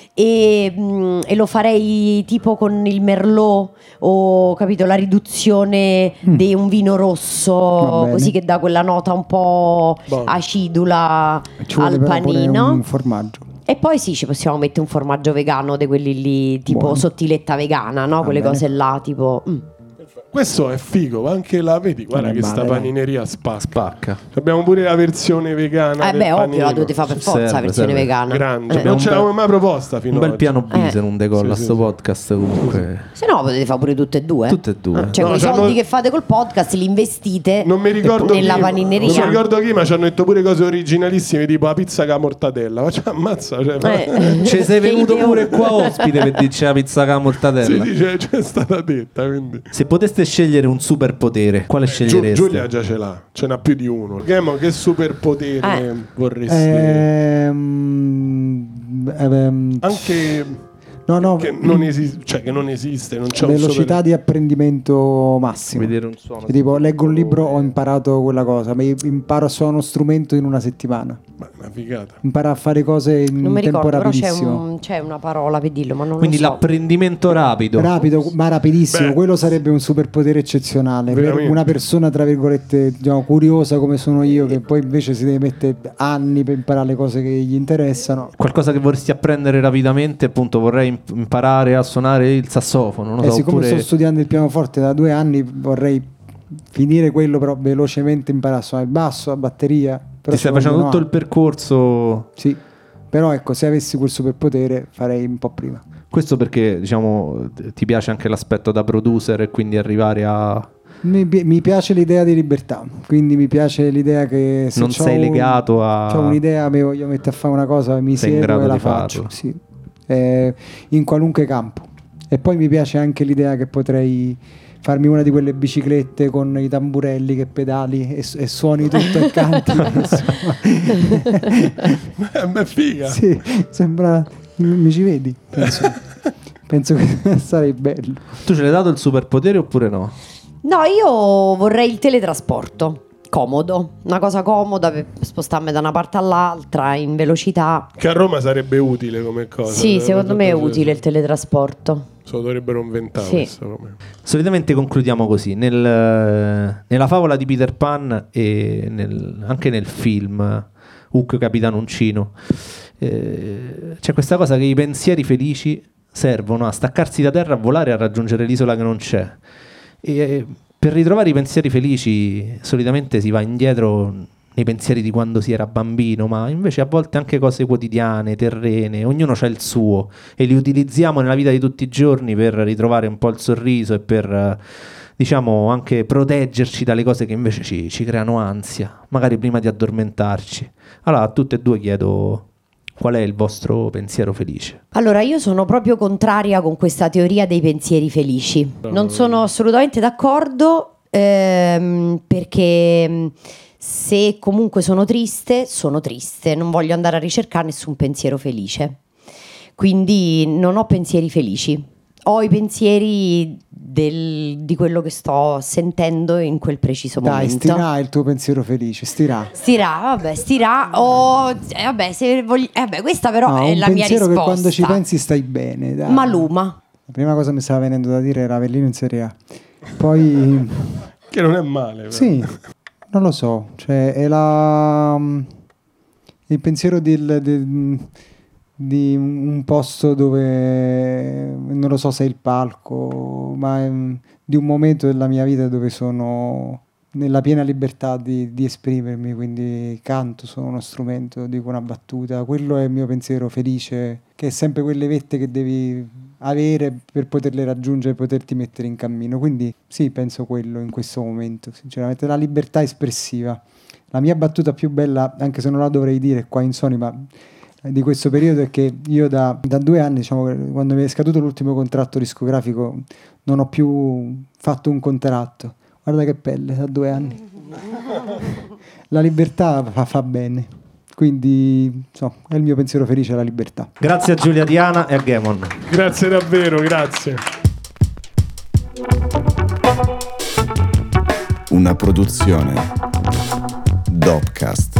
e, mm, e lo farei tipo con il merlot o capito la riduzione di un vino Va rosso bene. così che dà quella nota un po' Buono. acidula Ci vuole al però pure panino. un formaggio. E poi sì, ci possiamo mettere un formaggio vegano di quelli lì, tipo Buono. sottiletta vegana, no? Va Quelle bene. cose là, tipo. mm. Questo è figo, ma anche la vedi, guarda Non è che sta male, dai. panineria spacca. Spacca. Abbiamo pure la versione vegana Eh del beh, ovvio, panino. la dovete fare per forza Serve, la versione serve. vegana. Grande, Eh. non un ce bel- l'avevamo mai proposta fino Un bel ad piano B Eh. se non decolla Sì, sì, sto sì. podcast comunque. Se no potete fare pure tutte e due. Tutte e due. Ah, cioè No, quei c'hanno- soldi che fate col podcast li investite Non mi ricordo nella chi, panineria. Non mi ricordo chi, ma ci hanno detto pure cose originalissime, tipo la pizza con la mortadella. Ma cioè, ammazza, cioè, Eh. Ci sei Che venuto idea. pure qua ospite per dirci la pizza con la si mortadella. dice, c'è stata detta, quindi. Se poteste scegliere un superpotere, quale Giu- scegliereste? Giulia già ce l'ha, ce n'ha più di uno. Gemo, che superpotere Eh. vorresti? Ehm, ehm, Anche no, no, che non esiste, cioè che non esiste, non c'è un velocità super... di apprendimento massimo. Vedere un suono. Cioè, tipo, leggo un libro, ho imparato quella cosa, ma io imparo a suonare uno strumento in una settimana. Ma una figata. Imparo a fare cose in Non mi tempo ricordo, però c'è, rapidissimo. un- c'è una parola per dirlo, ma non Quindi lo so. l'apprendimento rapido. Rapido, ma rapidissimo. Beh. Quello sarebbe un superpotere eccezionale per Veramente. una persona, tra virgolette, diciamo, curiosa come sono io, che poi invece si deve mettere anni per imparare le cose che gli interessano. Qualcosa che vorresti apprendere rapidamente, appunto, vorrei imp- imparare a suonare il sassofono. Non E so, siccome oppure... sto studiando il pianoforte da due anni, vorrei finire quello, però velocemente imparare a suonare il basso, la batteria. Però Ti stai ci facendo vogliono tutto il anni. percorso. Sì, però ecco, se avessi quel superpotere farei un po' prima. Questo perché, diciamo, t- ti piace anche l'aspetto da producer e quindi arrivare a... Mi, pi- mi piace l'idea di libertà, quindi mi piace l'idea che se Non c'ho sei un- legato a- c'ho un'idea, mi voglio mettere a fare una cosa, mi Sei in siedo grado e la di faccio, farlo. sì. Eh, in qualunque campo. E poi mi piace anche l'idea che potrei farmi una di quelle biciclette con i tamburelli che pedali e, e suoni tutto e canti. Eh, beh, figa. Sì, sembra... mi ci vedi? Penso, penso che sarei bello. Tu ce l'hai dato il superpotere oppure no? No, io vorrei il teletrasporto. Comodo, una cosa comoda per spostarmi da una parte all'altra in velocità. Che a Roma sarebbe utile come cosa. Sì, Eh, secondo me è cioè, utile il teletrasporto. Se lo dovrebbero inventare Sì. questo, come. Solitamente concludiamo così. Nel, nella favola di Peter Pan e nel- anche nel film Hook Capitano Uncino eh, c'è questa cosa che i pensieri felici servono a staccarsi da terra, a volare e a raggiungere l'isola che non c'è. E eh, per ritrovare i pensieri felici solitamente si va indietro nei pensieri di quando si era bambino, ma invece a volte anche cose quotidiane, terrene, ognuno c'ha il suo e li utilizziamo nella vita di tutti i giorni per ritrovare un po' il sorriso e per eh, diciamo anche proteggerci dalle cose che invece ci, ci creano ansia, magari prima di addormentarci. Allora a tutte e due chiedo Qual è il vostro pensiero felice? Allora, io sono proprio contraria con questa teoria dei pensieri felici. Non sono assolutamente d'accordo, ehm, perché se comunque sono triste, sono triste, non voglio andare a ricercare nessun pensiero felice. Quindi non ho pensieri felici, ho i pensieri del, di quello che sto sentendo in quel preciso Dai, momento. stirà il tuo pensiero felice, stirà. Stirà, vabbè, stirà o eh, vabbè, se vogli- eh, vabbè, questa però No, è un la mia pensiero risposta. che quando ci pensi stai bene, dai. Maluma. La prima cosa che mi stava venendo da dire era Avellino in Serie A. Poi Che non è male. Però. sì, non lo so, cioè è la il pensiero del, del- di un posto dove non lo so se è il palco, ma è un- di un momento della mia vita dove sono nella piena libertà di, di esprimermi, quindi canto, sono uno strumento, dico una battuta, quello è il mio pensiero felice, che è sempre quelle vette che devi avere per poterle raggiungere e poterti mettere in cammino, quindi sì, penso quello in questo momento, sinceramente, la libertà espressiva. La mia battuta più bella, anche se non la dovrei dire qua in Sony, ma di questo periodo è che io da, da due anni, diciamo, quando mi è scaduto l'ultimo contratto discografico, non ho più fatto un contratto. Guarda che pelle, da due anni. La libertà fa, fa bene. Quindi, so, è il mio pensiero felice, la libertà. Grazie a Giulia Diana e a Gamon. Grazie davvero, grazie. Una produzione Dopcast.